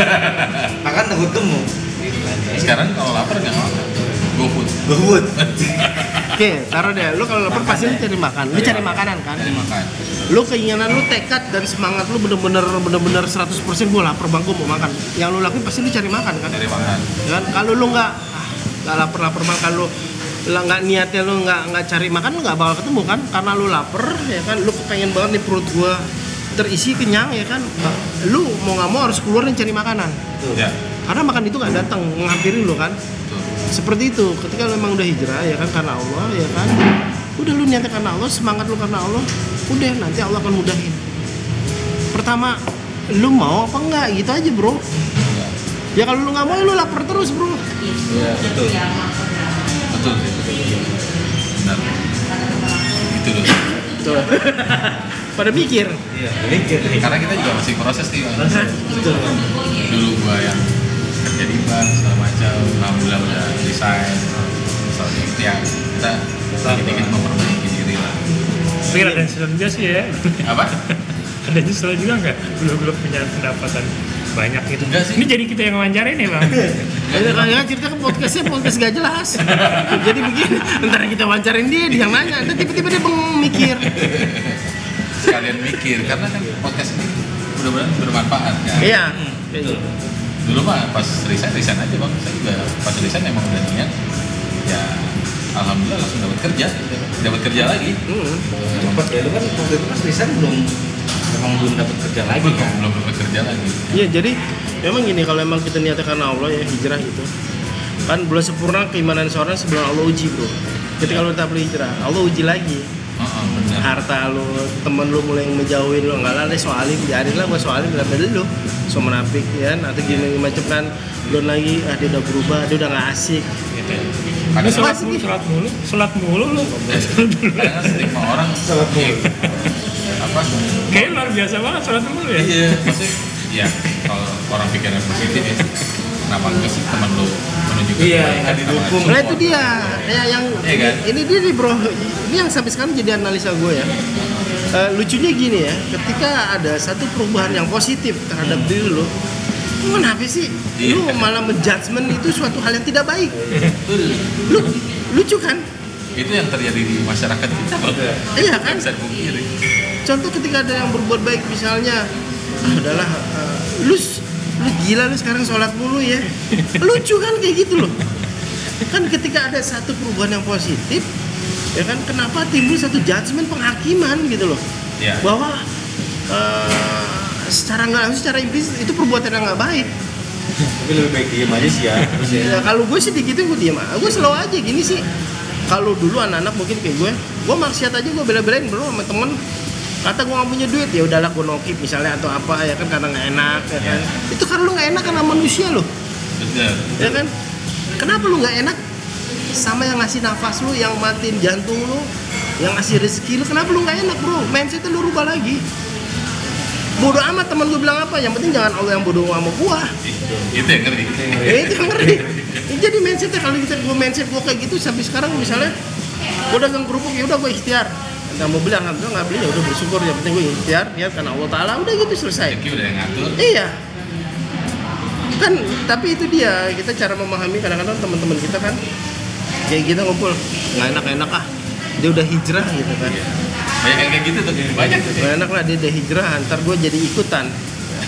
Makan takut gemuk. Sekarang kalau lapar nggak makan. GoFood. GoFood. Oke, taruh deh. Lu kalau lapar pasti lu cari makan. Lu cari makanan kan? Cari makan. Lu keinginan lu, tekad dan semangat lu bener-bener 100% gua lapar bang, gua mau makan. Yang lu lakuin pasti lu cari makan kan? Cari makan. Ya kan? Kalau lu nggak lapar makan, lu nggak niatnya lu nggak cari makan, lu nggak bakal ketemu kan? Karena lu lapar ya kan, lu kepengen banget nih perut gua terisi kenyang ya kan, lu mau nggak mau harus keluar dan cari makanan. Ya. Karena makan itu nggak datang menghampiri lu kan. Betul. Seperti itu. Ketika lu memang udah hijrah ya kan karena Allah ya kan, udah lu niatnya karena Allah, semangat lu karena Allah, udah nanti Allah akan mudahin. Pertama lu mau apa enggak gitu aja bro. Ya kalau lu nggak mau ya lu lapar terus bro. Iya betul. Betul sih. Benar. Gitu loh. Betul. Pada mikir. Iya. Mikir. Karena kita juga masih proses nih bang. Betul. Dulu gua yang kerja di bank segala macam, alhamdulillah udah desain, misalnya itu ya kita sedikit memperbaiki diri lah. Tapi ada nyesel juga sih ya. Apa? Ada nyesel juga nggak? Belum punya pendapatan banyak gitu. Enggak sih. Ini jadi kita yang wawancarin ya bang. Kan cerita ke podcastnya podcast gak jelas. Jadi begini, ntar kita wawancarin dia yang nanya, ntar tiba-tiba dia bengong mikir. Sekalian mikir karena kan podcast ini benar-benar bermanfaat kan. Iya. Kayak gitu. Dulu mah pas resign aja bang, saya juga pas resign emang udah niat ya alhamdulillah langsung dapat kerja lagi. Cepat ya, lu kan waktu itu pas resign belum dapat kerja lagi kan? Belum dapat kerja lagi. Iya, jadi memang gini, kalau emang kita niatnya karena Allah ya hijrah gitu. Kan bulan sempurna keimanan seorang sebelum Allah uji bro. Ketika lu tak hijrah, Allah uji lagi. Benar. Harta lu, temen lu mulai menjauhin lu, enggak lah soalin, biarin lah gua soalin daripada lu so menapik ya, atau gini macam kan belum lagi dia udah berubah, dia udah nggak asik Gitu. Kadang Lu kan sholat mulu lu. kadang kan stigma orang Salah mulu. apa? Kayak luar biasa banget sholat mulu ya. Iya, maksudnya ya kalau orang pikiran positif ya kenapa enggak sih teman lu menunjukkan Iya, kebaikan di didukung. Nah itu dia, kayak yang Iya kan? ini dia nih bro, ini yang sampai sekarang jadi analisa gue ya. Lucunya gini ya, ketika ada satu perubahan yang positif terhadap diri lu kenapa sih Iya. lu malah menjudgment itu suatu hal yang tidak baik? Lu lucu kan? Itu yang terjadi di masyarakat kita loh. Iya kan? Bisa dipungkiri. Contoh ketika ada yang berbuat baik misalnya, adalah lu gila lu sekarang sholat mulu ya, lucu kan kayak gitu loh. Kan ketika ada satu perubahan yang positif, ya kan kenapa timbul satu judgement penghakiman gitu loh, Iya. bahwa secara nggak langsung, secara implisit itu perbuatan yang nggak baik. Tapi lebih baik diem aja sih ya. Terus ya. Ya, kalau gue sih gitu gue diam aja, gue slow aja gini sih. Kalau dulu anak-anak mungkin kayak gue maksiat aja gue bela-belain bro sama temen. Kata gue nggak punya duit, ya udahlah gue nokip misalnya atau apa ya kan karena nggak enak ya kan. Itu karena lu nggak enak karena manusia loh, Benar. ya kan. Kenapa lu nggak enak sama yang ngasih nafas lu, yang matiin jantung lu, yang ngasih rezeki lu? Kenapa lu nggak enak bro? Mindsetnya lu rubah lagi. Bodoh amat teman gue bilang apa, yang penting jangan Allah yang bodoh sama gua. Itu yang ngeri. Ya itu yang ngeri. Jadi mindsetnya kalau gue mindset gue kayak gitu sampai sekarang misalnya gue dagang kerupuk ya udah gue ikhtiar. Nggak mau beli alhamdulillah, nggak beli ya udah bersyukur, yang penting gue ikhtiar niat karena Allah Taala, udah gitu selesai. Zeki udah yang ngatur. Iya. Kan tapi itu dia, kita cara memahami kadang-kadang teman-teman kita kan kayak kita ngumpul nggak enak ah, dia udah hijrah gitu kan. Banyak yang kayak gitu tuh, banyak tuh. Nggak enak lah dia udah hijrah, ntar gue jadi ikutan.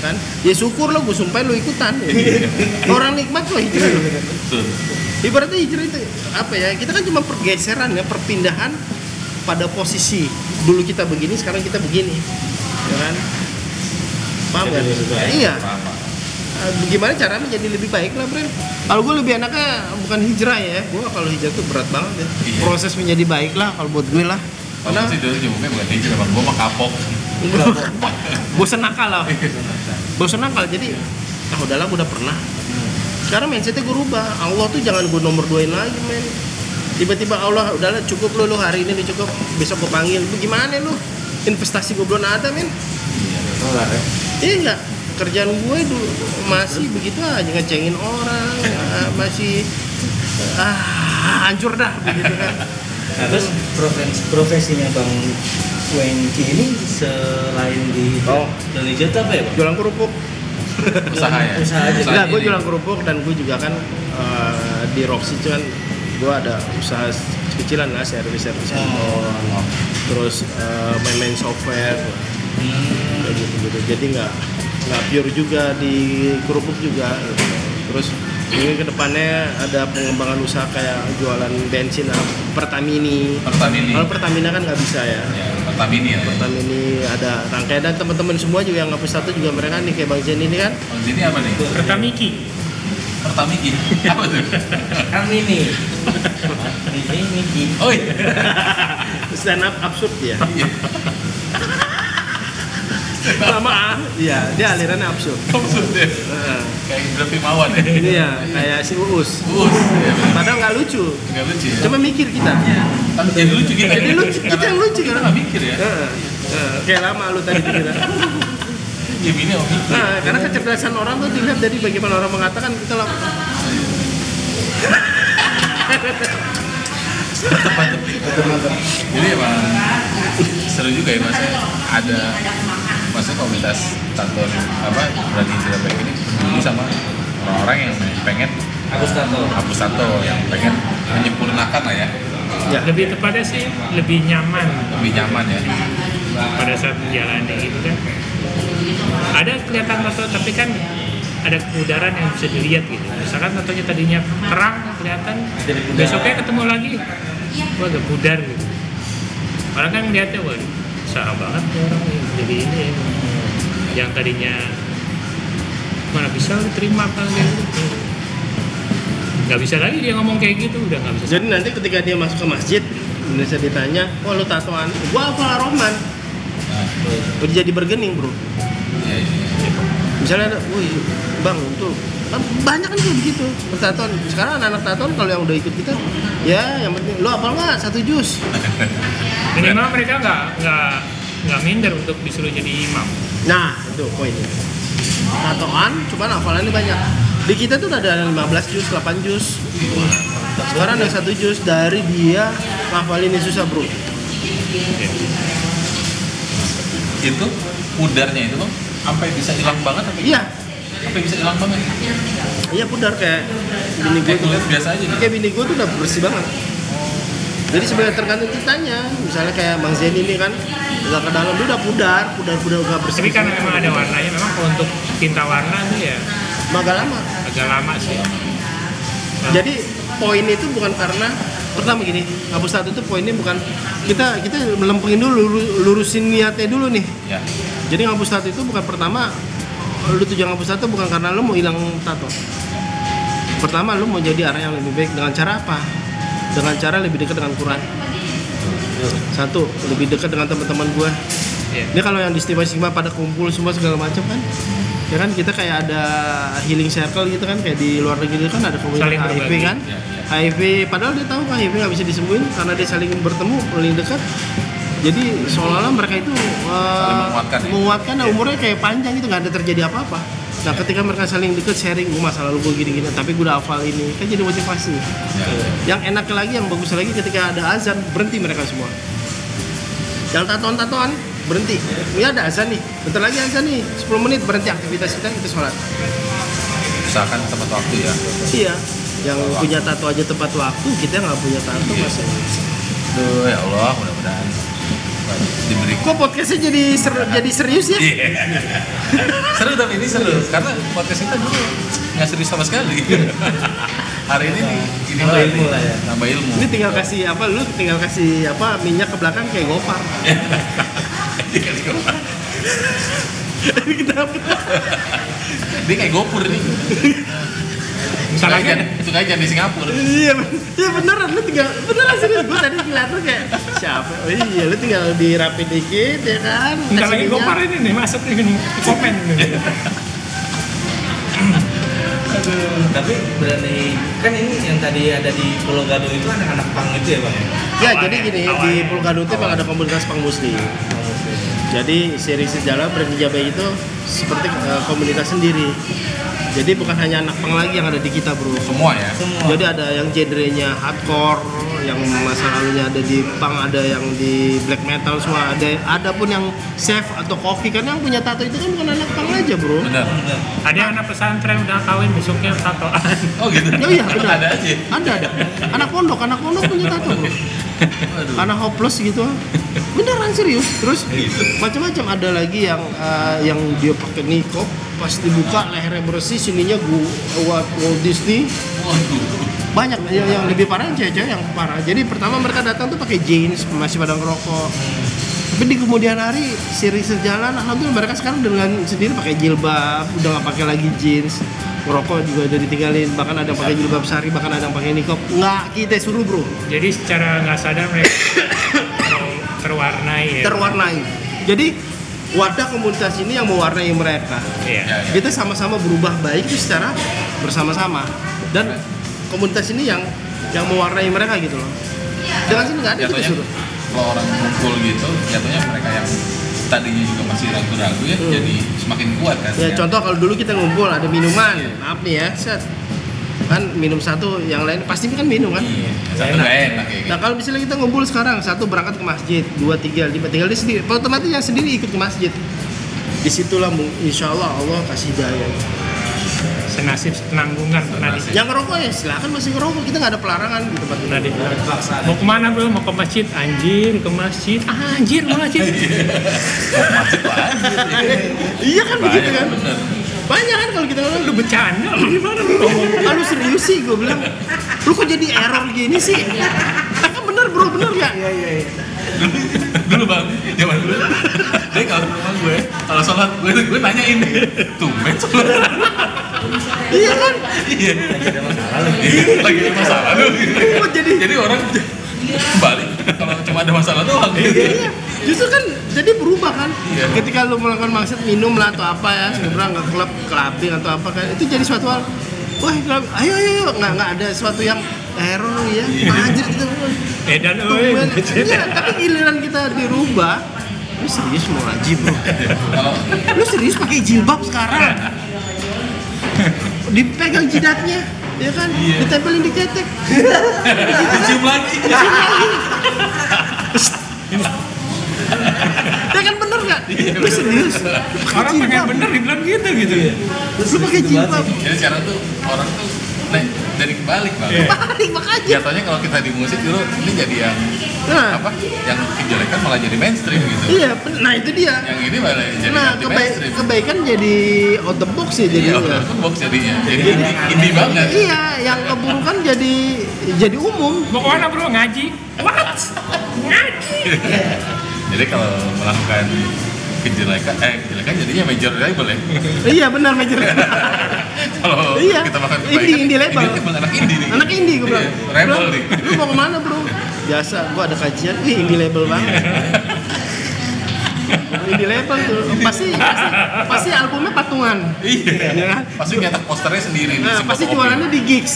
kan? Ya syukur lo, gue sumpahin lo ikutan. Orang nikmat lo hijrah. Betul. Ibaratnya hijrah itu apa ya? Kita kan cuma pergeseran ya, perpindahan pada posisi. Dulu kita begini, sekarang kita begini, ya kan? Paham kan? Iya. Gimana cara menjadi lebih baik lah, Bren? Kalau gue lebih enaknya bukan hijrah ya. Gue kalau hijrah tuh berat banget ya. Iya. Proses menjadi baik lah kalau buat gue lah. Kalau sih dulu jemputnya bukan hijrah, bang. Gue mah kapok. Bosan nakal lah. Bosan nakal, jadi udahlah, gue udah pernah. Sekarang mindsetnya gue rubah. Allah tuh jangan gue nomor 2-in lagi, men. Tiba-tiba Allah udahlah cukup lu hari ini cukup, besok gue panggil. Lu gimana lu? Investasi gue belum ada, men. Nolak ya. Iya enggak? Kerjaan gue dulu masih begitu aja, ngecengin orang, masih hancur dah begitu kan. Nah, terus profesinya Bang Wengki ini selain di Indonesia itu apa ya, Bang? Jualan kerupuk. Usaha ya. Usaha aja. Enggak, gue jualan kerupuk dan gue juga kan di Roxy kan gue ada usaha kecilan lah, servis handphone, terus main-main software, kayak gitu. Jadi nggak pure juga di kerupuk juga. Terus mungkin kedepannya ada pengembangan usaha kayak jualan bensin, Pertamini. Kalau Pertamina kan nggak bisa ya. Pertamini ya. Pertamini ada rangkaian dan teman-teman semua juga yang ngapus satu juga mereka nih kayak Bang Jen ini kan. Bang Jen ini apa nih? Pertamiki. Pertamiki. Apa tuh? Kan ini Miki. Oh iya. Stand up absurd ya. Sama iya, dia alirannya absurd. Absurd deh. Kayak Indra Primawan ya. Iya, kayak si Uus. Ya, Padahal nggak lucu. nggak lucu ya. Cuma mikir kita. Tapi jadi lucu kita. Jadi lucu, kita yang lucu Kita kan. nggak mikir ya. Kayak lama lu tadi dikira. Ya ini om mikir. Nah, karena kecerdasan orang tuh dilihat dari bagaimana orang mengatakan kita lakukan. Jadi emang seru juga ya mas. Ada maksudnya komunitas tato berani hijrah baik ini peduli sama orang-orang yang pengen hapus tato, yang pengen menyempurnakan lah ya. Ya. Lebih tepatnya sih lebih nyaman Ya. pada saat menjalani gitu kan. Ada kelihatan tato tapi kan ada kemudaran yang bisa dilihat gitu. Misalkan tatonya tadinya terang kelihatan, besoknya ketemu lagi, wah agak pudar gitu. Orang kan ngeliatnya, wah usaha banget nih orang nih, jadi ini ya. Yang tadinya mana bisa terima kan gitu. Nggak bisa lagi dia ngomong kayak gitu, udah nggak bisa. Jadi nanti ketika dia masuk ke masjid, Indonesia ditanya, "Oh, lu tatoan?" Gua hafal Ar-Rahman. Udah jadi bergening, Bro. Iya. Misalnya ada, "Wih, Bang, tuh kan banyak kan kayak begitu bertatoan." Sekarang anak-anak tatoan kalau yang udah ikut kita, ya yang penting lu hafal nggak 1 juz. Minimal mereka nggak minder untuk disuruh jadi imam. Nah, itu poinnya. Tatoan, cuman hafalannya banyak. Di kita tuh udah ada 15 juz, 8 juz. Sekarang ada 1 juz dari dia ngafalinnya susah, Bro. Itu pudarnya itu bang, sampai bisa hilang banget sampai Iya. Sampai bisa hilang banget. Iya pudar kayak bini gue Kayak tuh. kulit biasa aja. Kayak bini gue tuh udah bersih banget. Jadi sebenarnya tergantung kitanya. Misalnya kayak Bang Zen ini kan udah ke dalam dia udah pudar udah bersih. Tapi karena memang ada warnanya, memang kalau untuk tinta warna tuh ya agak lama. agak lama sih. Jadi poin itu bukan karena pertama gini, hapus tato itu poinnya bukan kita melempengin dulu, lurusin niatnya dulu nih. Ya. Jadi ngapus tato itu bukan pertama lu tujuan ngapus tato bukan karena lu mau hilang tato. Pertama lu mau jadi orang yang lebih baik dengan cara apa? Dengan cara lebih dekat dengan Quran. Satu, lebih dekat dengan teman-teman gue. Iya. Ini kalau yang di Sigma pada kumpul semua segala macam kan, ya kan kita kayak ada healing circle gitu kan, kayak di luar negeri kan ada komunitas Saling HIV berbagi. kan. Ya. HIV padahal dia tahu kan HIV nggak bisa disembuhin karena dia saling bertemu paling dekat. Jadi seolah-olah mereka itu menguatkan ya? menguatkan, nah, umurnya kayak panjang gitu, nggak ada terjadi apa-apa. Nah ketika mereka saling deket sharing, masa lalu gue gini-gini, tapi gue udah hafal ini, kan jadi motivasi. Ya. Yang enaknya lagi, yang bagus lagi ketika ada azan, berhenti mereka semua. Yang tatoan-tatoan, berhenti. Ini ada azan nih, bentar lagi azan nih, 10 menit berhenti aktivitas kita sholat. Usahakan tepat waktu ya. Iya, yang punya tato aja tepat waktu, kita nggak punya tato masih. Aduh ya Allah, mudah-mudahan diberi. Kok podcastnya jadi serius ya? Iya. Seru tapi ini seru karena podcast kita dulu nggak serius sama sekali. Hari ini nih, ini Nambah malah ilmu nih, lah ya. nambah ilmu. Ini tinggal kasih apa? Lu tinggal kasih apa minyak ke belakang kayak Gopar. Dikasih Gopar. Kenapa? Dia kayak GoPur nih. Misalnya Itu aja di Singapura. Iya beneran lu tinggal beneran serius gue tadi ngeliat lu kayak siapa? Oh iya lu tinggal dirapin dikit ya kan. bentar kasih lagi minyak. Gopar ini nih masuk nih di komen nih. Tapi berani kan ini yang tadi ada di Pulau Gadung itu anak-anak pang itu ya bang? Ya jadi gini di Pulau Gadung itu memang ada komunitas pang muslim. Jadi seri sejarah Brand Jabai itu seperti komunitas sendiri. Jadi bukan hanya anak pang lagi yang ada di kita bro. Semua ya. Jadi ada yang genrenya hardcore, yang masa lalunya ada di punk, ada yang di black metal semua, ada pun yang chef atau koki kan yang punya tato itu kan bukan anak punk aja bro. Benar. Ada anak pesantren udah kawin besoknya tatoan. Oh gitu. Oh iya benar. Ada aja. Ada. Anak pondok punya tato bro. Anak hopeless gitu. Beneran serius. Terus macam-macam ada lagi yang dia pakai niqab, pas dibuka lehernya bersih, sininya Walt Disney. Waduh. Banyak yang lebih parah yang cewek-cewek yang parah. Jadi pertama mereka datang tuh pakai jeans, masih pada ngerokok. Tapi di kemudian hari sering sejalan, alhamdulillah mereka sekarang dengan sendiri pakai jilbab, udah nggak pakai lagi jeans. Ngerokok juga udah ditinggalin, bahkan ada yang pakai jilbab sari, bahkan ada yang pakai niqab. Nggak kita suruh bro. Jadi secara nggak sadar mereka terwarnai ya. Terwarnai. Jadi wadah komunitas ini yang mewarnai mereka. Iya. Ya, ya. Kita sama-sama berubah baik itu secara bersama-sama. Dan komunitas ini yang mewarnai mereka gitu loh. Dengan sini nggak ada kita Jatuhnya suruh. kalau orang kumpul gitu, jatuhnya mereka yang tadinya juga masih ragu-ragu ya, jadi semakin kuat kan. Ya contoh kalau dulu kita ngumpul ada minuman, maaf nih ya, set. Kan minum satu, yang lain pasti kan minum kan. Iya. Satu nggak enak kayak gitu. Nah kalau misalnya kita ngumpul sekarang, satu berangkat ke masjid, dua tiga tinggal di sendiri, otomatis yang sendiri ikut ke masjid. Disitulah insya Allah kasih daya. Senasib penanggungan pernah di Yang ngerokok ya silakan masih ngerokok, kita nggak ada pelarangan di tempat pernah ini. dibilang mau kemana bro, mau ke masjid, anjir ke masjid, anjir mau masjid. Macet banget. Iya kan begitu kan? Bener. Banyak kan kalau kita ngomong Lu bercanda apa gimana bro? ah, lu serius sih gue bilang. Lu kok jadi error gini sih? Kan bener bro, bener nggak? Iya. Dulu bang, zaman dulu dia kalau ke rumah gue, kalau sholat gue nanyain tumben sholat. Iya kan? Iya. Lagi ada masalah lu. Kok jadi orang balik kalau cuma ada masalah doang. iya. Justru kan jadi berubah kan. Iya. Ketika lu melakukan maksud minum lah atau apa ya, sebenarnya nggak clubbing atau apa kan, itu jadi suatu hal. Wah, ayo, nggak ada sesuatu yang error ya. Anjir gitu. Dan Iya, tapi giliran kita dirubah, lu serius mau ngaji bro? Kalau Lu serius pakai jilbab sekarang? Dipegang jidatnya, ya kan? Iya. Ditempelin di ketek. dicium lagi. Ya kan bener nggak? Lu serius? orang pengen bener dibilang gitu ya. Lu pakai jilbab. Jadi sekarang tuh orang tuh dari kebalik bang. Iya. Balik makanya. Jatuhnya kalau kita di musik dulu ini jadi yang Nah, yang kejelekan malah jadi mainstream gitu. iya, nah itu dia. Yang ini malah jadi Nah, anti mainstream. kebaikan jadi out the box ya Iya, jadinya. udah tuh box jadinya. Jadi indie banget. Iya, yang keburukan jadi umum. Mau kemana bro, ngaji? What? Ngaji? Jadi kalau melakukan kejelekan jadinya major label ya. Iya benar major. Kalau Iya. kita makan kebaikan, Indie label. ini emang anak indie nih. Anak indie gue bilang. Iya, rebel Bilang, nih. Lu mau kemana bro? Biasa, gue ada kajian. Wih indie label banget. Indie label tuh pasti albumnya patungan. Iya. Iya kan? Pasti nyetak posternya sendiri. Nah, disimpan pasti kopi. jualannya di gigs.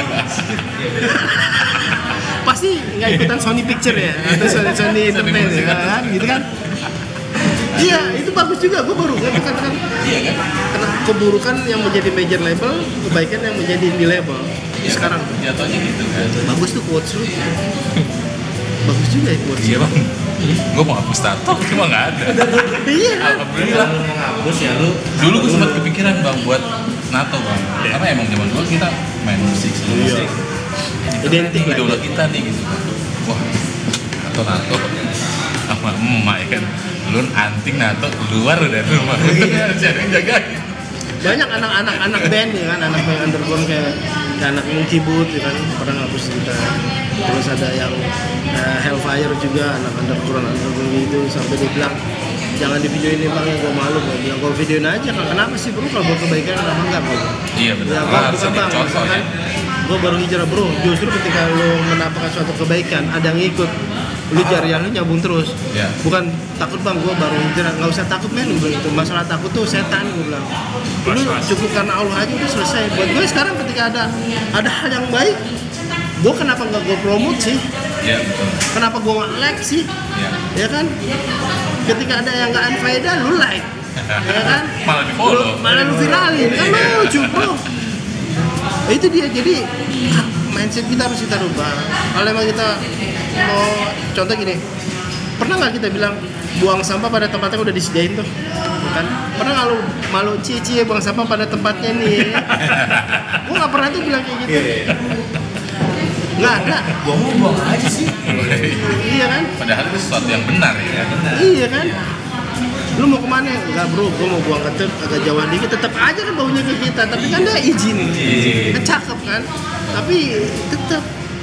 Pasti nggak ikutan Sony Picture ya atau Sony Entertainment ya kan? Gitu kan? Iya, itu bagus juga. Gue baru kan katakan. Iya kan? Karena keburukan yang menjadi major label, kebaikan yang menjadi indie label. Iya, Sekarang jatuhnya gitu kan. bagus tuh quotes lu. Bagus juga ya quotes. Iya bang. Gue mau hapus tato, cuma nggak ada. Iya. Alhamdulillah. Kalau mau ngapus ya lu Dulu gue sempat kepikiran bang buat nato bang. Karena emang zaman dulu kita main musik, musik. Identik lah. Idola kita nih gitu kan. Wah, nato. sama emak ya kan. Lu anting nato keluar dari rumah. Iya, ada yang jagain. Banyak anak band ya kan, anak band underground kayak anak Monkey Boot ya kan, pernah ngapus kita. Terus ada yang Hellfire juga, anak underground gitu, sampai dia bilang jangan di videoin bang, ya gue malu. Gue bilang gue videoin aja kan, kenapa sih bro, kalau buat kebaikan kenapa enggak bro? Iya benar. Ya, Lah harus bukan jadi bang, contoh ya. gue baru hijrah bro, justru ketika lo menampakkan suatu kebaikan, ada yang ikut, lu jariah lu nyambung terus. Ya. Bukan takut bang, gue baru hijrah, nggak usah takut men, gue bilang itu masalah takut tuh setan, gue bilang. Lu cukup karena Allah aja udah selesai. Buat gue sekarang ketika ada hal yang baik, gue kenapa nggak gue promote sih? Iya betul. Kenapa gue nggak like sih? Iya. Ya kan? Ketika ada yang nggak unfaedah, lu like, ya kan? Malah di follow. Malah lu viralin, kan lucu bro. Itu dia, jadi mindset kita harus kita rubah. Kalau emang kita mau contoh gini, pernah nggak kita bilang buang sampah pada tempatnya udah disediain tuh, kan? Pernah nggak lu malu cie buang sampah pada tempatnya nih? Gua nggak pernah tuh bilang kayak gitu. Nggak ada. Buang aja sih. Iya kan? Padahal itu sesuatu yang benar ya. Iya kan? Lu mau kemana? Enggak bro, gua mau buang ke agak jauhan dikit, tetap aja kan baunya ke kita. Tapi kan dia izin. Kan cakep kan? Tapi tetap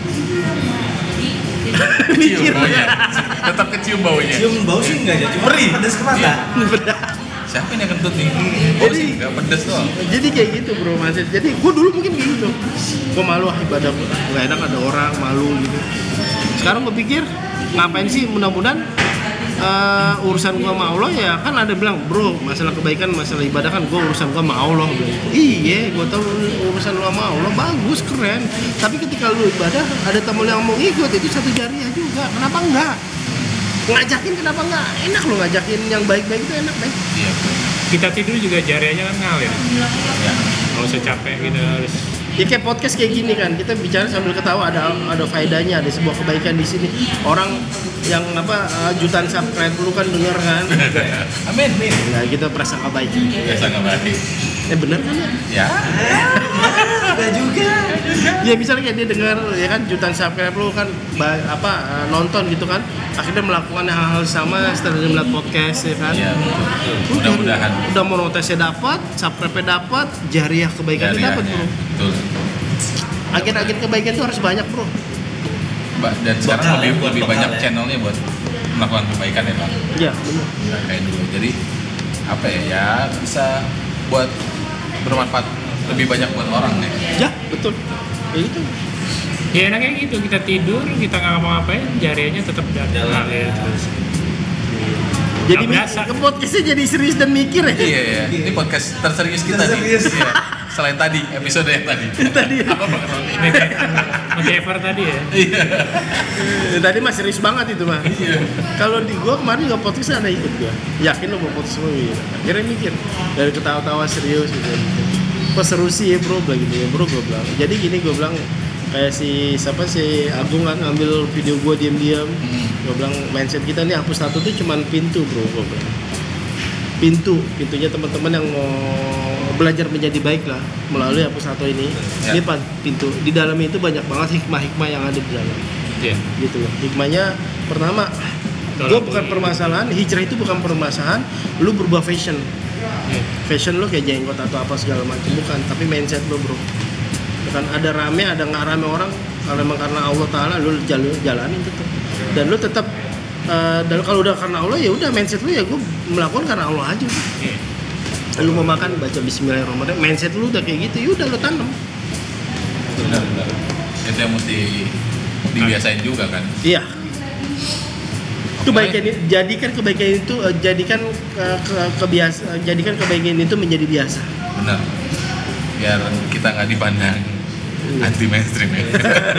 Kecium baunya. Tetap kecium baunya. Cium bau sih enggak aja, cuma Perih. pedas ke mata. Siapa yang kentut nih? Bau sih nggak pedes doang. Jadi kayak gitu bro Mas. Jadi gue dulu mungkin kayak gitu. Gue malu ibadah nggak enak ada orang malu gitu. Sekarang gue pikir ngapain sih, mudah-mudahan urusan gue sama Allah ya kan, ada bilang bro masalah kebaikan masalah ibadah kan gue urusan gue sama Allah bilang. Iya gue tahu urusan lu sama Allah bagus keren, tapi ketika lu ibadah ada tamu yang mau ikut itu satu jariah juga, kenapa enggak ngajakin, kenapa enggak enak lu ngajakin yang baik-baik itu enak deh. Iya. Kita tidur juga jariahnya kan ngalir. Ya. Nggak usah capek gitu harus. Ya kayak podcast kayak gini kan, kita bicara sambil ketawa, ada faedahnya, ada sebuah kebaikan di sini. Orang yang jutaan subscribe lu kan denger kan. Amin. Nah, kita prasangka baik. Biasa nggak baik. Bener kan ya? Ya. Enggak juga. Ya misalnya kayak dia denger ya kan jutaan subscribe lu kan nonton gitu kan. Akhirnya melakukan hal-hal sama setelah dia melihat podcast ya kan. Iya. Mudah-mudahan. Udah monetisnya dapat, subscribe-nya dapat, jariah kebaikannya dapat, bro. Betul. Agen-agen kebaikan itu harus banyak, bro. Dan sekarang Bakal, lebih bakal banyak ya. channelnya buat melakukan kebaikan ya Bang. Iya, benar. Nggak kayak dulu. Jadi apa ya bisa buat bermanfaat lebih banyak buat orang ya. Ya, betul. Kayak gitu. Ya enaknya gitu, kita tidur, kita nggak ngapa-ngapain, jariahnya tetap Jalan. ngalir terus. Jadi Nggak biasa. ke podcastnya jadi serius dan mikir ya. Iya ya. Ini podcast terserius kita nih. Terserius. Iya. Selain tadi episode yang tadi. Apa Bang Roni? MacGyver tadi ya. Tadi mah serius banget itu mah. Kalau di gua kemarin nggak podcast ada ikut gua. Yakin lo mau podcast semua gitu. Akhirnya mikir dari ketawa-tawa serius gitu. Kok seru sih ya bro, bilang gitu ya bro gua bilang. Jadi gini gua bilang kayak si Agung kan ngambil video gua diam-diam. Gua bilang mindset kita nih hapus tato tuh cuman pintu bro gua bilang. Pintunya teman-teman yang mau belajar menjadi baik lah melalui hapus tato ini. Ya. Ini pintu. Di dalam itu banyak banget hikmah-hikmah yang ada di dalam. Iya. Gitu loh. Hikmahnya pertama, gue bukan permasalahan, hijrah itu bukan permasalahan, lu berubah fashion. Fashion lu kayak jenggot atau apa segala macam bukan, tapi mindset lu bro. Bukan ada rame, ada nggak rame orang, kalau memang karena Allah Taala lu jalanin tetap. Dan lu tetap dan kalau udah karena Allah ya udah mindset lu ya gue melakukan karena Allah aja. Lu mau makan baca Bismillahirrahmanirrahim, mindset lu udah kayak gitu, ya udah lu tanam. Benar. Itu yang mesti dibiasain juga kan. Iya. Kebaikan itu jadikan kebaikan itu jadikan kebaikan itu menjadi biasa. Benar. Biar kita nggak dipandang anti mainstream ya.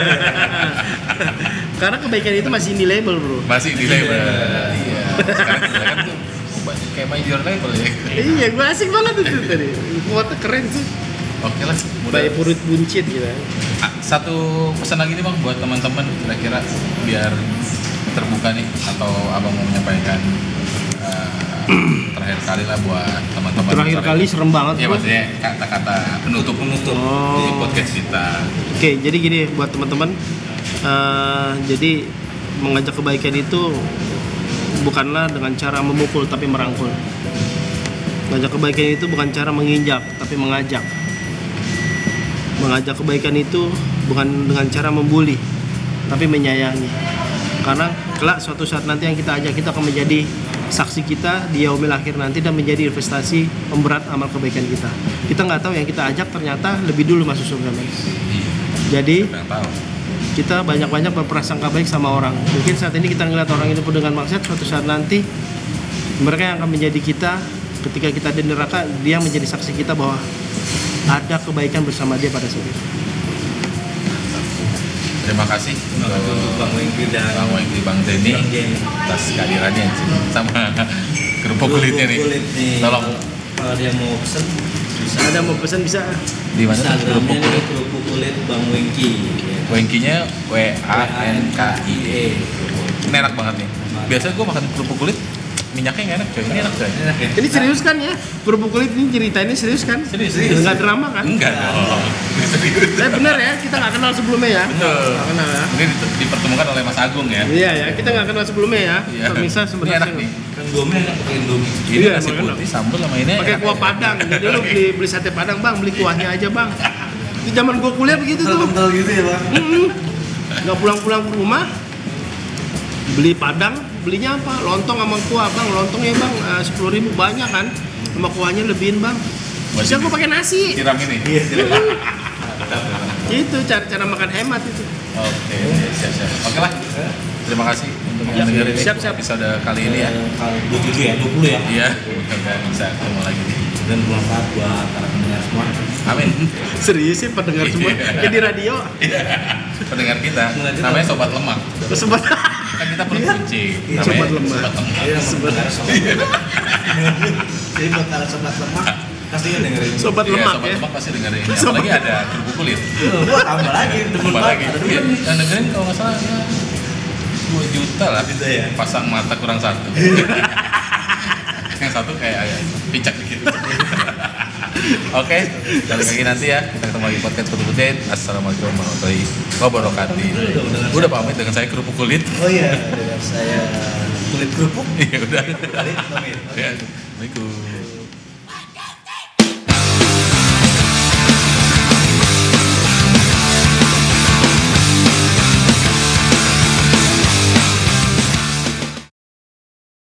Karena kebaikan itu masih in label, bro. Masih di label. Iya. Sekarang kan tuh kayak main di label ya. Iya, gue asik banget itu tadi. Kuatnya keren sih. Oke lah. Kayak purut buncit gitu. Satu pesan lagi nih Bang buat teman-teman kira-kira biar terbuka nih atau Abang mau menyampaikan terakhir kali lah buat teman-teman. Terakhir kali serem banget, ya bro. maksudnya kata-kata penutup Oh. di podcast kita. Oke, jadi gini buat teman-teman. Jadi mengajak kebaikan itu bukanlah dengan cara memukul tapi merangkul. Mengajak kebaikan itu bukan cara menginjak tapi mengajak. Mengajak kebaikan itu bukan dengan cara membuli tapi menyayangi. Karena kelak suatu saat nanti yang kita ajak kita akan menjadi saksi kita di yaumil akhir nanti dan menjadi investasi pemberat amal kebaikan kita. Kita nggak tahu yang kita ajak ternyata lebih dulu masuk surga, men. Jadi kita banyak-banyak berprasangka baik sama orang. Mungkin saat ini kita ngeliat orang itu dengan maksiat, suatu saat nanti mereka yang akan menjadi kita ketika kita di neraka, dia menjadi saksi kita bahwa ada kebaikan bersama dia pada saat itu. Terima kasih untuk Bang Wengki dan Bang Wengki, Bang Denny atas kehadirannya sama kerupuk kulitnya nih. Tolong kalau dia mau pesen bisa. Ada mau pesan bisa. di mana tuh Instagramnya kerupuk nih kulit? kerupuk kulit Bang Wengki. Wengkinya WANKIE. Ini enak banget nih. Biasanya gue makan kerupuk kulit minyaknya nggak enak coy. Ini enak coy. Enak ya? Ini serius kan ya? Kerupuk kulit ini ceritainnya serius kan? Serius. Nggak drama kan? Enggak dong. Serius. Benar ya, kita nggak kenal sebelumnya ya. Betul. Nggak kenal ya. Ini dipertemukan oleh Mas Agung ya. Iya ya, kita nggak kenal sebelumnya ya. Iya. Pemirsa Ini sebenarnya enak nih. Kan Indomie enak pakai Indomie. Ini Iya, nasi emang enak. putih sambal sama ini. pakai enak kuah ya. padang. Jadi lu beli sate padang bang, beli kuahnya aja bang. Di zaman gua kuliah begitu tuh. Kental gitu ya Bang. Nggak pulang-pulang ke rumah, beli padang, belinya apa? Lontong sama kuah bang. Lontongnya bang 10.000 banyak kan, sama kuahnya lebihin bang. Bisa gua pakai nasi. Siram ini. Iya, Itu cara makan hemat itu. Oke, siap. Oke lah. Terima kasih untuk Ya, mendengar ini siap. episode kali ini ya. Kalau 27 ya, 20 ya. Iya, mudah-mudahan bisa ketemu lagi nih. Dan bermanfaat buat para pendengar semua. Amin. Serius sih pendengar semua. Iya. Kayak di radio. Pendengar kita namanya sobat lemak. Sobat. Kan kita perlu kunci. Namanya Sobat lemak. Sobat lemak. Iya, pendengar sobat lemak. Jadi buat para sobat lemak pastinya dengerin. Sobat Iya, lemak sobat ya. lemak pasti dengerin ini. Sobat- Apalagi ada kerupuk kulit. Wah, tambah lagi, demen Tambah banget. lagi. Ada Iya, demen nih. yang dengerin kalau nggak salah ya, 2 juta lah. Juta ya? Pasang mata kurang 1. Yang satu kayak picak gitu. Oke, balik lagi nanti ya. Kita ketemu lagi podcast Kerupuk Kulit. Assalamualaikum warahmatullahi wabarakatuh. Udah pamit dengan saya kerupuk kulit. Oh iya, dengan saya kulit kerupuk. Iya udah. Kulit, pamit. Ya, Assalamualaikum.